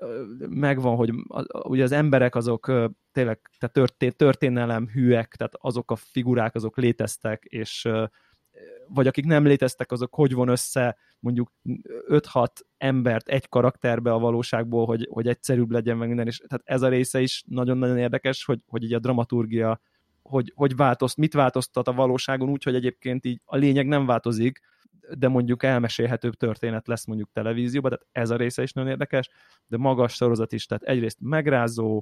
megvan, hogy ugye az emberek azok tényleg tehát történ, történelem hűek, tehát azok a figurák, azok léteztek, és vagy akik nem léteztek, azok hogy von össze mondjuk öt-hat embert egy karakterbe a valóságból, hogy, hogy egyszerűbb legyen meg minden, és tehát ez a része is nagyon-nagyon érdekes, hogy, hogy így a dramaturgia hogy, hogy változt, mit változtat a valóságon úgy, hogy egyébként így a lényeg nem változik, de mondjuk elmesélhetőbb történet lesz mondjuk televízióban, tehát ez a része is nagyon érdekes, de magas sorozat is, tehát egyrészt megrázó,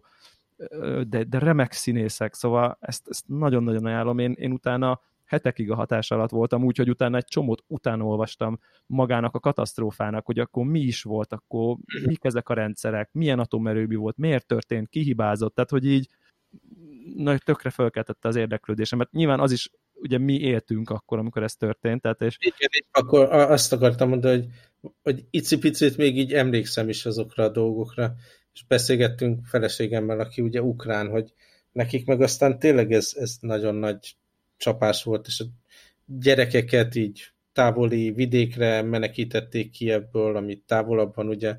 de, de remek színészek, szóval ezt, ezt nagyon-nagyon ajánlom. Én, én utána hetekig a hatás alatt voltam, úgyhogy utána egy csomót utána olvastam magának a katasztrófának, hogy akkor mi is volt, akkor mik ezek a rendszerek, milyen atomerőmű volt, miért történt, ki hibázott, tehát hogy így nagy tökre fölkeltette az érdeklődésemet. Nyilván az is, ugye mi éltünk akkor, amikor ez történt. Tehát és... Igen, és akkor azt akartam mondani, hogy, hogy icipicit még így emlékszem is azokra a dolgokra, és beszélgettünk feleségemmel, aki ugye ukrán, hogy nekik meg aztán tényleg ez, ez nagyon nagy csapás volt, és a gyerekeket így távoli vidékre menekítették ki ebből, amit távolabban ugye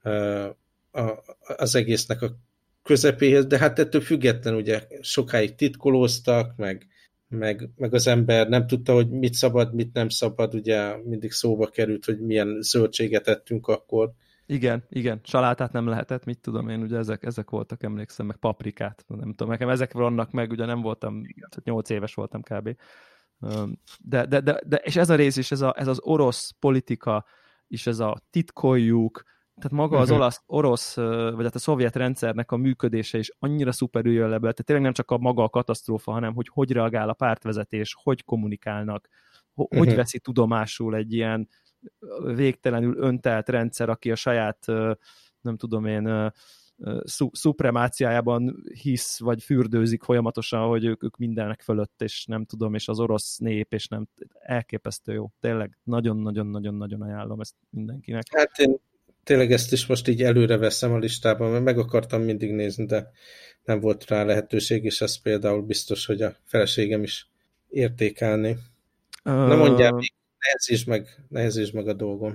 az egésznek a közepéhez, de hát ettől független ugye sokáig titkolóztak, meg, meg, meg az ember nem tudta, hogy mit szabad, mit nem szabad, ugye mindig szóba került, hogy milyen zöldséget ettünk akkor. Igen, igen, salátát nem lehetett, mit tudom én, ugye ezek, ezek voltak, emlékszem, meg paprikát, nem tudom, nekem ezek vannak meg, ugye nem voltam, tehát nyolc éves voltam kb. De, de, de, de és ez a rész is, ez, a, ez az orosz politika, és ez a titkoljuk, tehát maga az olasz, orosz, vagy hát a szovjet rendszernek a működése is annyira szuperül jön le, tehát tényleg nem csak a maga a katasztrófa, hanem hogy hogy reagál a pártvezetés, hogy kommunikálnak, hogy uh-huh. veszi tudomásul egy ilyen végtelenül öntelt rendszer, aki a saját, nem tudom én, szupremáciájában hisz, vagy fürdőzik folyamatosan, hogy ők, ők mindenek fölött, és nem tudom, és az orosz nép, és nem, elképesztő jó. Tényleg nagyon-nagyon-nagyon-nagyon ajánlom ezt mindenkinek. Hát én tényleg ezt is most így előre veszem a listában, mert meg akartam mindig nézni, de nem volt rá lehetőség, és ez például biztos, hogy a feleségem is értékelni. Uh... Na mondjál, nehezítsd meg, nehezítsd meg a dolgom.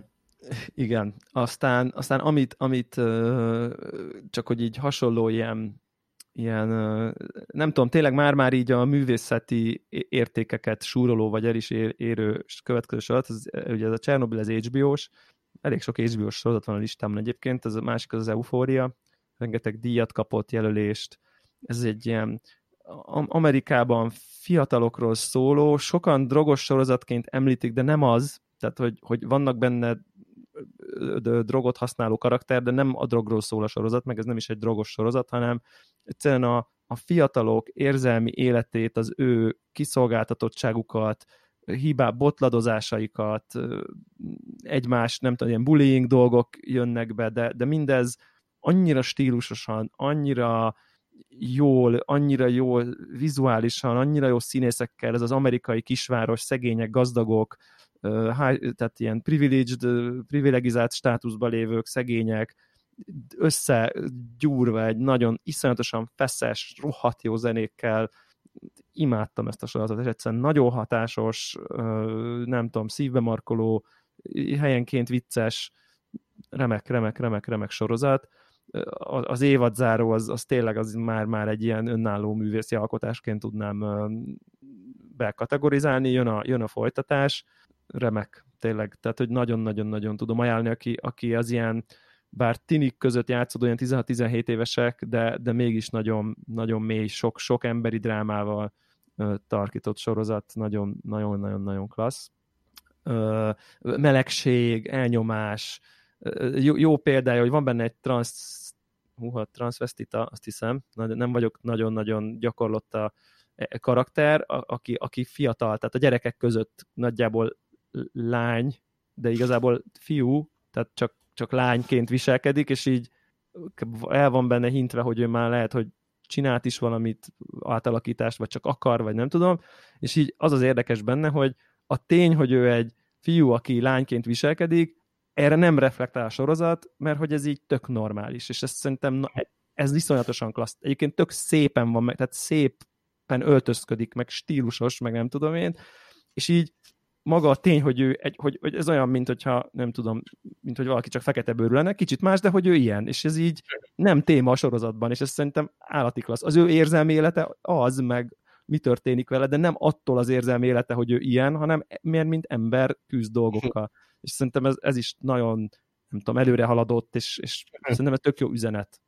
Igen. Aztán, aztán amit, amit csak hogy így hasonló ilyen, ilyen nem tudom, tényleg már-már így a művészeti értékeket súroló, vagy el is ér, érő következő sorozat, az, ugye ez a Csernobyl, ez há bé ó-s, elég sok há bé ó-s sorozat van a listámon egyébként, ez a másik az az Euphoria, rengeteg díjat kapott, jelölést, ez egy ilyen Amerikában fiatalokról szóló, sokan drogos sorozatként említik, de nem az, tehát hogy, hogy vannak benne drogot használó karakter, de nem a drogról szól a sorozat, meg ez nem is egy drogos sorozat, hanem egyszerűen a, a fiatalok érzelmi életét, az ő kiszolgáltatottságukat, hibá, botladozásaikat, egymás, nem tudom, ilyen bullying dolgok jönnek be, de, de mindez annyira stílusosan, annyira jól, annyira jól vizuálisan, annyira jó színészekkel, ez az amerikai kisváros, szegények, gazdagok, tehát ilyen privileged, privilegizált státuszban lévők, szegények, összegyúrva egy nagyon iszonyatosan feszes, rohadt jó zenékkel. Imádtam ezt a sorozatot, és egyszerűen nagyon hatásos, nem tudom, szívbe markoló, helyenként vicces, remek, remek, remek, remek sorozat. Az évadzáró az, az tényleg az már, már egy ilyen önálló művészi alkotásként tudnám bekategorizálni, jön a, jön a folytatás, remek, tényleg, tehát hogy nagyon-nagyon-nagyon tudom ajánlani, aki, aki az ilyen, bár tinik között játszódó ilyen tizenhat-tizenhét évesek, de, de mégis nagyon, nagyon mély, sok, sok emberi drámával uh, tarkított sorozat, nagyon-nagyon-nagyon klassz. Uh, melegség, elnyomás, uh, jó, jó példája, hogy van benne egy transz, húha, transzvestita, azt hiszem, nem vagyok nagyon-nagyon gyakorlott a karakter, aki, aki fiatal, tehát a gyerekek között nagyjából lány, de igazából fiú, tehát csak, csak lányként viselkedik, és így el van benne hintve, hogy ő már lehet, hogy csinált is valamit, átalakítást, vagy csak akar, vagy nem tudom, és így az az érdekes benne, hogy a tény, hogy ő egy fiú, aki lányként viselkedik, erre nem reflektál a sorozat, mert hogy ez így tök normális, és ezt szerintem na, ez viszonyatosan klassz. Egyébként tök szépen van meg, tehát szépen öltözködik, meg stílusos, meg nem tudom én, és így maga a tény, hogy ő egy, hogy, hogy ez olyan, mint hogyha, nem tudom, mint hogy valaki csak fekete bőrű lenne, kicsit más, de hogy ő ilyen, és ez így nem téma a sorozatban, és ez szerintem állati klassz. Az ő érzelmi élete az, meg mi történik vele, de nem attól az érzelmi élete, hogy ő ilyen, hanem mert mint ember küzd dolgokkal. És szerintem ez, ez is nagyon, nem tudom, előre haladott, és, és szerintem ez tök jó üzenet.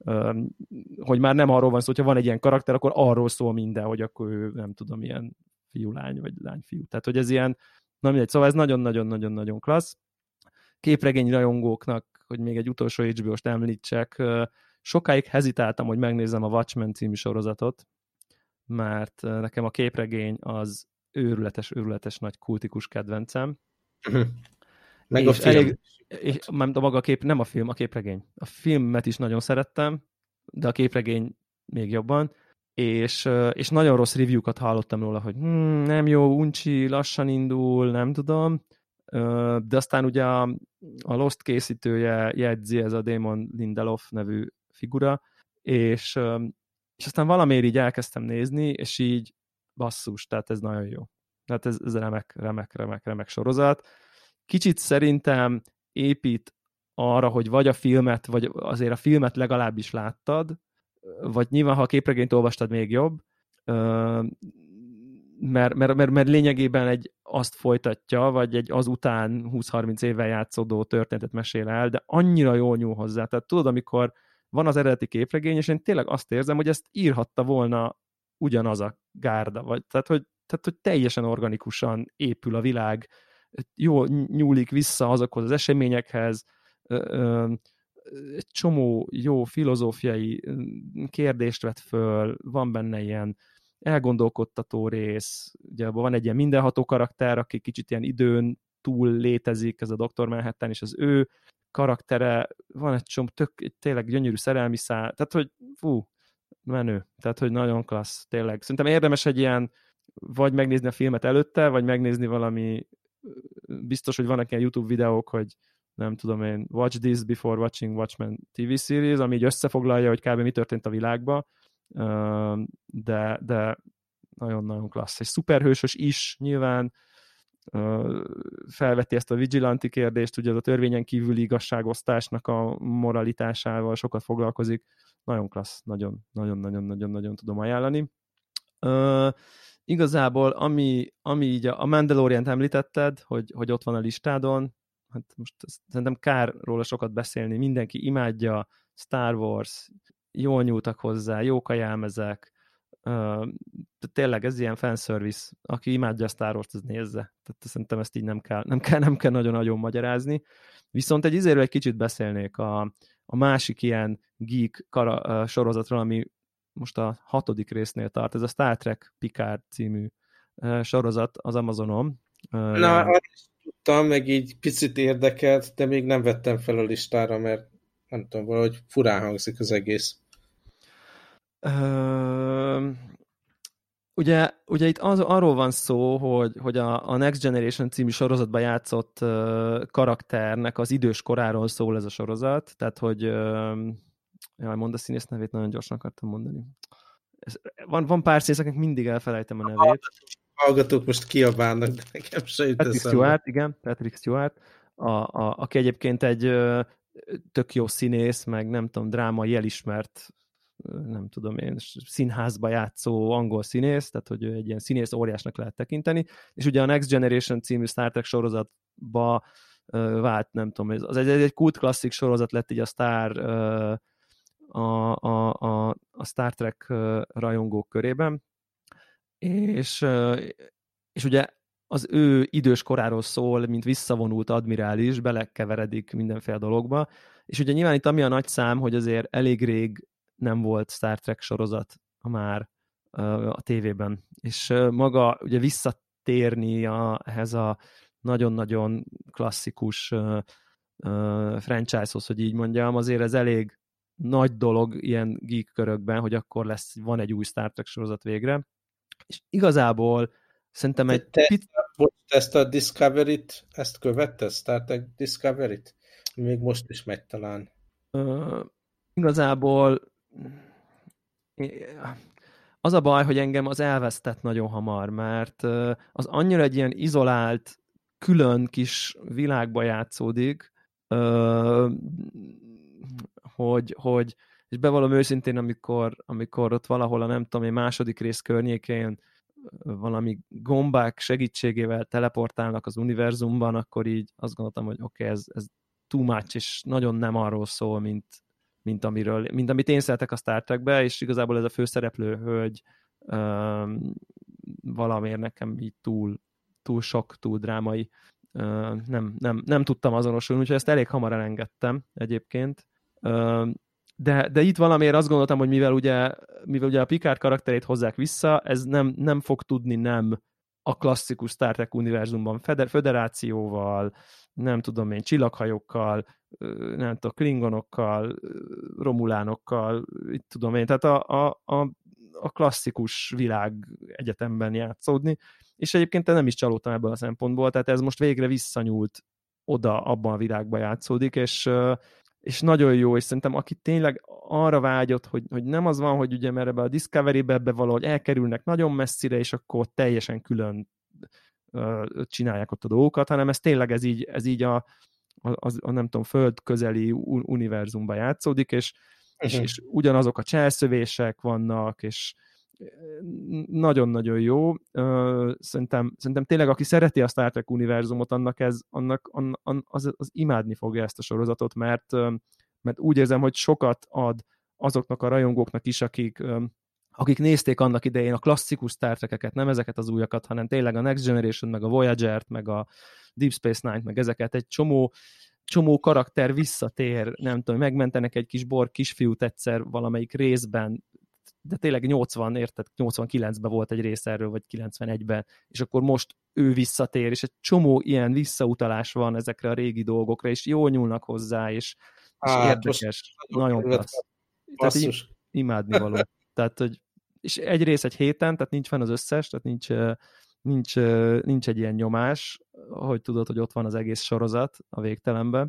Hogy már nem arról van szó, hogyha van egy ilyen karakter, akkor arról szól minden, hogy akkor ő, nem tudom, ilyen fiú-lány, vagy lány-fiú. Tehát, hogy ez ilyen, na mindegy, szóval ez nagyon-nagyon-nagyon-nagyon klassz. Képregény rajongóknak, hogy még egy utolsó há bé ó-st említsek, sokáig hezitáltam, hogy megnézzem a Watchmen című sorozatot, mert nekem a képregény az őrületes, őrületes nagy kultikus kedvencem. Meg és a film. Elég, és a maga a kép, nem a film, a képregény. A filmet is nagyon szerettem, de a képregény még jobban. És, és nagyon rossz review-kat hallottam róla, hogy hm, nem jó, uncsi, lassan indul, nem tudom. De aztán ugye a, a Lost készítője jegyzi, ez a Damon Lindelof nevű figura, és, és aztán valamiért így elkezdtem nézni, és így basszus, tehát ez nagyon jó. Tehát ez, ez remek, remek, remek, remek sorozat. Kicsit szerintem épít arra, hogy vagy a filmet, vagy azért a filmet legalábbis láttad, vagy nyilván, ha a képregényt olvastad, még jobb, mert, mert, mert, mert lényegében egy azt folytatja, vagy egy azután húsz-harminc évvel játszódó történetet mesél el, de annyira jól nyúl hozzá. Tehát tudod, amikor van az eredeti képregény, és én tényleg azt érzem, hogy ezt írhatta volna ugyanaz a gárda, vagy, tehát, hogy, tehát, hogy teljesen organikusan épül a világ, jól nyúlik vissza azokhoz az eseményekhez, egy csomó jó filozófiai kérdést vet föl, van benne ilyen elgondolkodtató rész, ugye van egy ilyen mindenható karakter, aki kicsit ilyen időn túl létezik, ez a doktor Manhattan, és az ő karaktere, van egy csomó tök, tényleg gyönyörű szerelmi szál, tehát hogy fú, menő, tehát hogy nagyon klassz, tényleg. Szerintem érdemes egy ilyen, vagy megnézni a filmet előtte, vagy megnézni valami, biztos, hogy vannak ilyen YouTube videók, hogy nem tudom én, watch this before watching Watchmen té vé series, ami így összefoglalja, hogy kb. Mi történt a világban, de, de nagyon-nagyon klassz. Egy szuperhősös is nyilván, felveti ezt a vigilante kérdést, ugye a törvényen kívüli igazságosztásnak a moralitásával sokat foglalkozik. Nagyon klassz, nagyon, nagyon, nagyon, nagyon, nagyon tudom ajánlani. Uh, igazából, ami, ami így a, a Mandalorian-t említetted, hogy, hogy ott van a listádon, hát most szerintem kár róla sokat beszélni, mindenki imádja, Star Wars, jól nyúltak hozzá, jó kajámezek, uh, tényleg ez ilyen fanservice, aki imádja a Star Wars-t, az nézze. Tehát szerintem ezt így nem kell, nem kell, nem kell nagyon-nagyon magyarázni. Viszont egy izéről egy kicsit beszélnék, a, a másik ilyen geek kara, uh, sorozatról, ami most a hatodik résznél tart, ez a Star Trek Picard című uh, sorozat az Amazonon. Uh, Na, azt tudtam, meg így picit érdekelt, de még nem vettem fel a listára, mert nem tudom, valahogy furán hangzik az egész. Uh, ugye, ugye itt az, arról van szó, hogy, hogy a, a Next Generation című sorozatban játszott uh, karakternek az idős koráról szól ez a sorozat, tehát hogy uh, jaj, mondd a színész nevét, nagyon gyorsan akartam mondani. Ez, van, van pár színész, akik mindig elfelejtem a nevét. Hallgatók most kiabálnak, de nekem se jut Patrick eszembe. Stewart, igen, Patrick Stewart, a, a, aki egyébként egy ö, tök jó színész, meg nem tudom, drámai elismert, nem tudom én, színházba játszó angol színész, tehát hogy ő egy ilyen színész óriásnak lehet tekinteni, és ugye a Next Generation című Star Trek sorozatba ö, vált, nem tudom, az egy, egy kult klasszik sorozat lett így a Star ö, a, a, a, a Star Trek rajongók körében, és, és ugye az ő idős koráról szól, mint visszavonult admirális, belekeveredik mindenféle dologba, és ugye nyilván itt ami a nagy szám, hogy azért elég rég nem volt Star Trek sorozat már a tévében, és maga ugye visszatérni a, ehhez a nagyon-nagyon klasszikus franchise-hoz, hogy így mondjam, azért ez elég nagy dolog ilyen geek körökben, hogy akkor lesz, van egy új Star Trek sorozat végre, és igazából szerintem egy... Te, te, pit... ezt a Discovery-t, ezt követted? Star Trek Discovery-t? Még most is megy talán. Uh, igazából az a baj, hogy engem az elvesztett nagyon hamar, mert az annyira egy ilyen izolált, külön kis világba játszódik, hogy, hogy és bevallom őszintén, amikor, amikor ott valahol a nem tudom én második rész környékén valami gombák segítségével teleportálnak az univerzumban, akkor így azt gondoltam, hogy oké, okay, ez, ez too much, és nagyon nem arról szól, mint, mint, amiről, mint amit én szeretek a Star Trekbe, és igazából ez a főszereplő hölgy um, valamiért nekem így túl, túl sok, túl drámai. Uh, nem, nem, nem tudtam azonosulni, úgyhogy ezt elég hamar elengedtem egyébként. Uh, de, de itt valamiért azt gondoltam, hogy mivel ugye, mivel ugye a Picard karakterét hozzák vissza, ez nem, nem fog tudni nem a klasszikus Star Trek univerzumban feder, föderációval, nem tudom én, csillaghajókkal, nem tudom, klingonokkal, romulánokkal, itt tudom én, tehát a, a, a, a klasszikus világ egyetemben játszódni, és egyébként nem is csalódtam ebből a szempontból, tehát ez most végre visszanyúlt oda, abban a világban játszódik, és, és nagyon jó, és szerintem aki tényleg arra vágyott, hogy, hogy nem az van, hogy ugye mert ebbe a Discovery-be ebbe valahogy elkerülnek nagyon messzire, és akkor teljesen külön csinálják ott a dolgokat, hanem ez tényleg ez így, ez így a, a, a nem tudom, föld közeli univerzumban játszódik, és, uh-huh. és, és ugyanazok a cselszövések vannak, és nagyon-nagyon jó. Szerintem, szerintem tényleg, aki szereti a Star Trek univerzumot, annak, ez, annak az, az imádni fogja ezt a sorozatot, mert, mert úgy érzem, hogy sokat ad azoknak a rajongóknak is, akik, akik nézték annak idején a klasszikus Star Trek-eket, nem ezeket az újakat, hanem tényleg a Next Generation, meg a Voyager-t, meg a Deep Space Nine-t, meg ezeket, egy csomó csomó karakter visszatér, nem tudom, megmentenek egy kis bor kisfiút egyszer valamelyik részben, de tényleg nyolcvan, érted, nyolcvankilencben volt egy rész erről, vagy kilencvenegyben, és akkor most ő visszatér, és egy csomó ilyen visszautalás van ezekre a régi dolgokra, és jól nyúlnak hozzá, és, és hát, érdekes, nagyon klassz. Tehát így imádni való. Tehát, hogy, és egy rész egy héten, tehát nincs fenn az összes, tehát nincs, nincs, nincs egy ilyen nyomás, hogy tudod, hogy ott van az egész sorozat a végtelenben.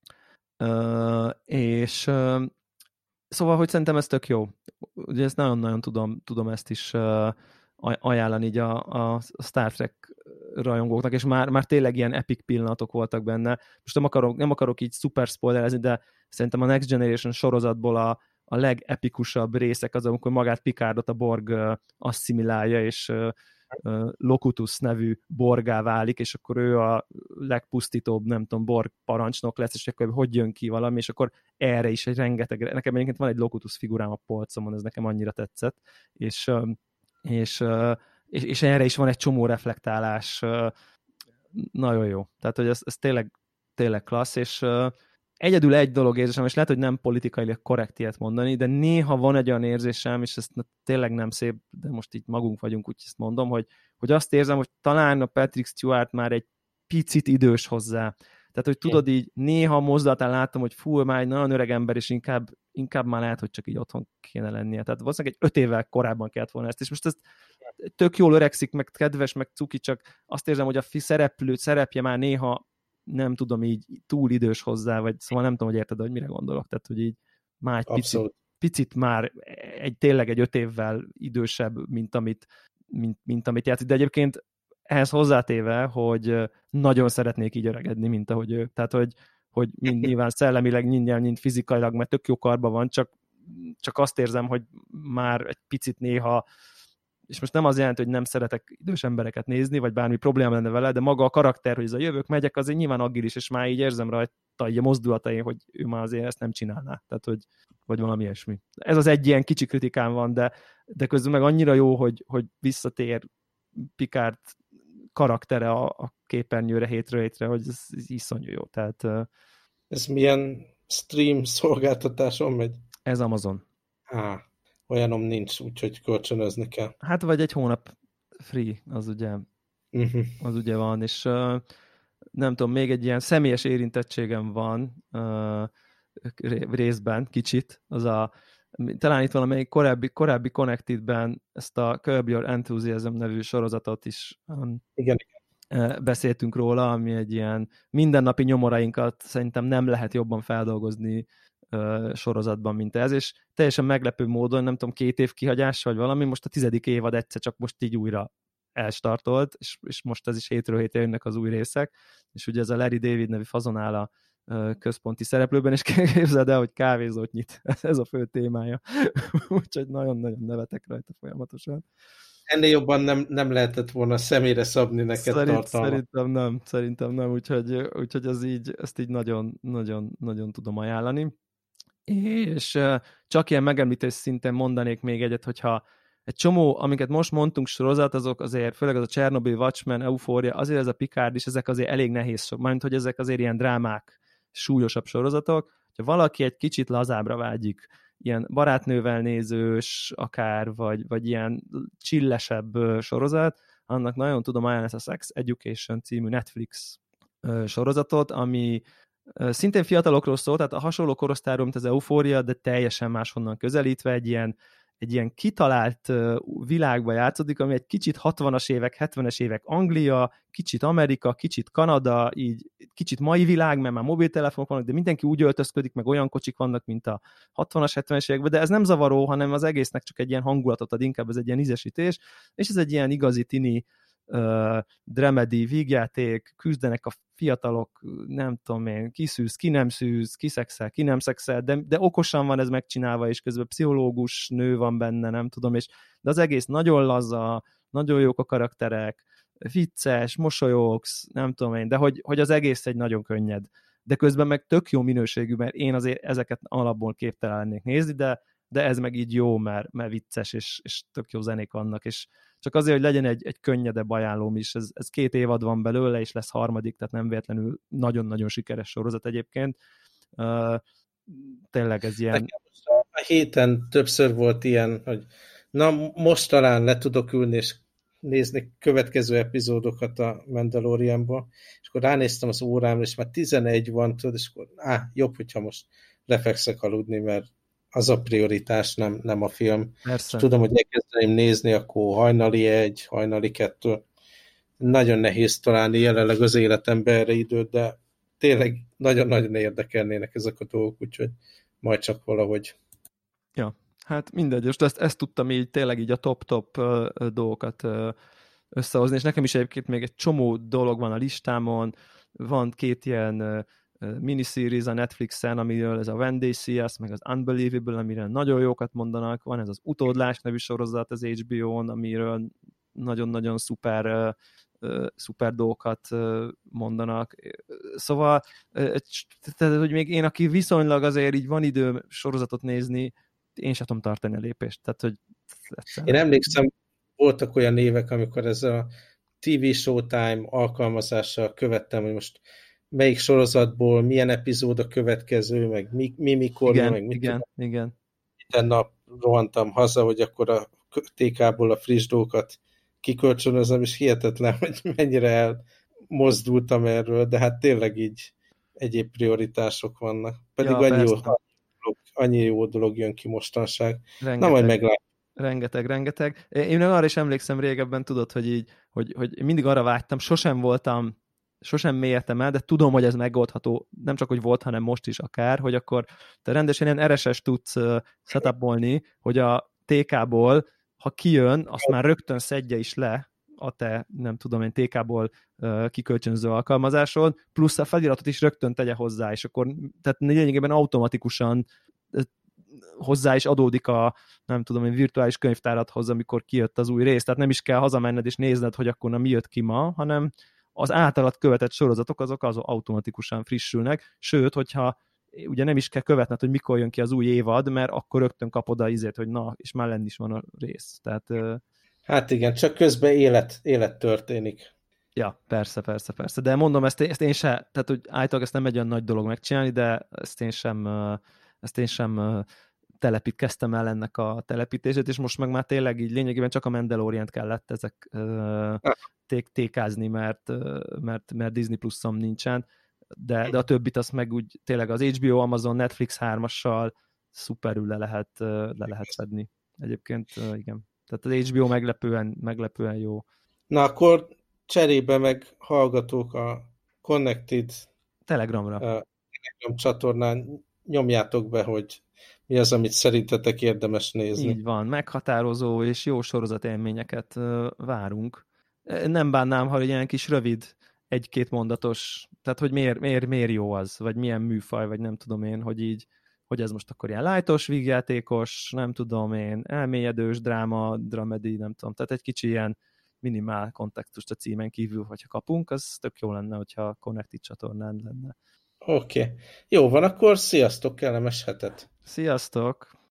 Uh, és uh, szóval, hogy szerintem ez tök jó. Ugye ezt nagyon-nagyon tudom, tudom ezt is uh, ajánlani így a, a Star Trek rajongóknak, és már, már tényleg ilyen epic pillanatok voltak benne. Most nem akarok, nem akarok így szuper spoilerezni, de szerintem a Next Generation sorozatból a, a legepikusabb részek az, amikor magát Picardot a Borg uh, asszimilálja, és uh, uh, Locutus nevű Borgá válik, és akkor ő a legpusztítóbb, nem tudom, Borg parancsnok lesz, és akkor hogy jön ki valami, és akkor erre is egy rengeteg, nekem egyébként van egy Locutus figurám a polcomon, ez nekem annyira tetszett, és, um, és, uh, és, és erre is van egy csomó reflektálás, uh, nagyon jó. Tehát, hogy ez, ez tényleg, tényleg klassz, és uh, egyedül egy dolog érzésem, és lehet, hogy nem politikailag korrekt ilyet mondani, de néha van egy olyan érzésem, és ezt tényleg nem szép, de most így magunk vagyunk, úgyhogy ezt mondom, hogy, hogy azt érzem, hogy talán a Patrick Stewart már egy picit idős hozzá. Tehát, hogy tudod így, néha mozdulatán láttam, hogy fú, már egy nagyon öreg ember, és inkább, inkább már lehet, hogy csak így otthon kéne lennie. Tehát valószínűleg egy öt évvel korábban kellett volna ezt, és most ezt tök jól öregszik, meg kedves, meg cuki, csak azt érzem, hogy a szereplő, szerepje már néha nem tudom, így túl idős hozzá, vagy szóval nem tudom, hogy érted, hogy mire gondolok. Tehát, hogy így már egy picit, picit már egy, tényleg egy öt évvel idősebb, mint amit, mint, mint amit játszik. De egyébként ehhez hozzátéve, hogy nagyon szeretnék így öregedni, mint ahogy ő. Tehát, hogy, hogy mind nyilván szellemileg, mind, mind fizikailag, mert tök jó karban van, csak, csak azt érzem, hogy már egy picit néha, és most nem az jelent, hogy nem szeretek idős embereket nézni, vagy bármi probléma lenne vele, de maga a karakter, hogy ez a jövök, megyek, azért nyilván agilis, és már így érzem rajta így a mozdulatain, hogy ő már azért ezt nem csinálná. Tehát, hogy vagy valami ilyesmi. Ez az egy ilyen kicsi kritikám van, de, de közben meg annyira jó, hogy, hogy visszatér Picard karaktere a, a képernyőre hétről hétre, hogy ez, ez iszonyú jó. Tehát, ez milyen stream szolgáltatáson megy? Ez Amazon. Á, olyanom nincs, úgyhogy kölcsönözni kell. Hát vagy egy hónap free, az ugye, uh-huh. az ugye van, és uh, nem tudom, még egy ilyen személyes érintettségem van uh, részben, kicsit, az a, talán itt valamelyik korábbi, korábbi Connected-ben ezt a Curb Your Enthusiasm nevű sorozatot is um, igen, igen. beszéltünk róla, ami egy ilyen mindennapi nyomorainkat szerintem nem lehet jobban feldolgozni uh, sorozatban, mint ez, és teljesen meglepő módon, nem tudom, két év kihagyás, vagy valami, most a tizedik évad egyszer csak most így újra elstartolt, és, és most ez is hétről hétre jönnek az új részek, és ugye ez a Larry David nevű fazon áll a uh, központi szereplőben, és képzeld el, hogy kávézót nyit. Ez a fő témája. Úgyhogy nagyon-nagyon nevetek rajta folyamatosan. Ennél jobban nem, nem lehetett volna személyre szabni neked Szerint, tartalmat. Szerintem nem, szerintem nem, úgyhogy, úgyhogy ez így, ezt így nagyon, nagyon, nagyon tudom ajánlani. És uh, csak ilyen megemlítés szinten mondanék még egyet, hogyha egy csomó, amiket most mondtunk sorozat, azok azért, főleg az a Chernobyl, Watchmen, Euphoria, azért ez a Picard is, ezek azért elég nehéz sok, mármint, hogy ezek azért ilyen drámák, súlyosabb sorozatok. Ha valaki egy kicsit lazábbra vágyik, ilyen barátnővel nézős akár, vagy, vagy ilyen chillesebb sorozat, annak nagyon tudom ajánlani ezt a Sex Education című Netflix sorozatot, ami szintén fiatalokról szól, tehát a hasonló korosztályról, mint az Euphoria, de teljesen máshonnan közelítve, egy ilyen egy ilyen kitalált világba játszódik, ami egy kicsit hatvanas évek, hetvenes évek Anglia, kicsit Amerika, kicsit Kanada, így kicsit mai világ, mert már mobiltelefonok vannak, de mindenki úgy öltözködik, meg olyan kocsik vannak, mint a hatvanas, hetvenes években, de ez nem zavaró, hanem az egésznek csak egy ilyen hangulatot ad, inkább ez egy ilyen ízesítés, és ez egy ilyen igazi tini uh, dramedy vígjáték, küzdenek a fiatalok, nem tudom én, ki szűz, ki nem szűz, ki szexel, ki nem szexel, de, de okosan van ez megcsinálva, és közben pszichológus nő van benne, nem tudom, és de az egész nagyon laza, nagyon jók a karakterek, vicces, mosolyogsz, nem tudom én, de hogy, hogy az egész egy nagyon könnyed. De közben meg tök jó minőségű, mert én azért ezeket alapból képtelen lennék nézni, de, de ez meg így jó, mert, mert vicces, és, és tök jó zenék vannak, és csak azért, hogy legyen egy, egy könnyedebb ajánlóm is. Ez, ez két évad van belőle, és lesz harmadik, tehát nem véletlenül nagyon-nagyon sikeres sorozat egyébként. Uh, tényleg ez ilyen... A héten többször volt ilyen, hogy na most talán le tudok ülni, és nézni következő epizódokat a Mandalorianból, és akkor ránéztem az órámra, és már tizenegy van, tudod, és akkor á, jobb, hogyha most lefekszek aludni, mert az a prioritás, nem, nem a film. Tudom, hogy elkezdeném nézni, akkor hajnali egy, hajnali kettő. Nagyon nehéz találni jelenleg az életemben erre időt, de tényleg nagyon-nagyon érdekelnének ezek a dolgok, úgyhogy majd csak valahogy. Ja, Hát mindegy, most ezt, ezt tudtam így tényleg így a top-top dolgokat összehozni, és nekem is egyébként még egy csomó dolog van a listámon, van két ilyen miniseries a Netflixen, amiről ez a When They See Us, meg az Unbelievable, amiről nagyon jókat mondanak, van ez az Utódlás nevű sorozat az há bé ó-n, amiről nagyon-nagyon szuper, szuper dolgokat mondanak. Szóval, tehát, hogy még én, aki viszonylag azért így van idő sorozatot nézni, én sem tudom tartani a lépést. Tehát, hogy én emlékszem, voltak olyan évek, amikor ez a té vé Showtime alkalmazással követtem, hogy most melyik sorozatból, milyen epizód a következő, meg mi, mi mikor, igen, meg mit igen, tudom. igen. Minden nap rohantam haza, hogy akkor a té ká-ból a friss dolgokat kikölcsönözöm, és hihetetlen, hogy mennyire elmozdultam erről, de hát tényleg így egyéb prioritások vannak. Pedig ja, annyi, jó, annyi jó dolog jön ki mostanság. Rengeteg. Na majd meglátjuk. Rengeteg, rengeteg. Én arra is emlékszem régebben, tudod, hogy így, hogy, hogy mindig arra vágytam, sosem voltam, sosem mélyedtem el, de tudom, hogy ez megoldható, nem csak, hogy volt, hanem most is akár, hogy akkor te rendesen ilyen er es es tudsz setupolni, hogy a té ká-ból, ha kijön, azt már rögtön szedje is le a te, nem tudom én, té ká-ból kikölcsönző alkalmazásod, plusz a feliratot is rögtön tegye hozzá, és akkor tehát lényegében automatikusan hozzá is adódik a, nem tudom, egy virtuális könyvtáradhoz, amikor kijött az új rész, tehát nem is kell hazamenned és nézned, hogy akkor na mi jött ki ma, hanem az általad követett sorozatok azok az automatikusan frissülnek, sőt, hogyha ugye nem is kell követned, hogy mikor jön ki az új évad, mert akkor rögtön kapod a izét, hogy na, és már lenni is van a rész. Tehát, hát igen, csak közben élet, élet történik. Ja, persze, persze, persze. De mondom, ezt, ezt én sem, tehát hogy általában ezt nem egy olyan nagy dolog megcsinálni, de ezt én sem, ezt én sem telepít, kezdtem el ennek a telepítését, és most meg már tényleg így lényegében csak a Mandalorian-t kellett ezek uh, tékázni, mert, mert, mert Disney Plus-om nincsen, de, de a többit azt meg úgy tényleg az há bé ó, Amazon, Netflix hármassal szuperül le lehet, le lehet szedni. Egyébként igen. Tehát az há bé ó meglepően, meglepően jó. Na akkor cserébe meg hallgatók a Connected Telegramra. Uh, Telegram csatornán nyomjátok be, hogy mi az, amit szerintetek érdemes nézni. Így van, meghatározó és jó sorozatélményeket uh, várunk. Nem bánnám, ha egy ilyen kis rövid, egy-két mondatos, tehát hogy miért, miért, miért jó az, vagy milyen műfaj, vagy nem tudom én, hogy így, hogy ez most akkor ilyen lightos, vígjátékos, nem tudom én, elmélyedős, dráma, dramedi, nem tudom, tehát egy kicsi ilyen minimál kontextust a címen kívül, hogyha kapunk, az tök jó lenne, hogyha Connected csatornán lenne. Oké. Okay. Jó van, akkor sziasztok, kellemes hetet! Sziasztok!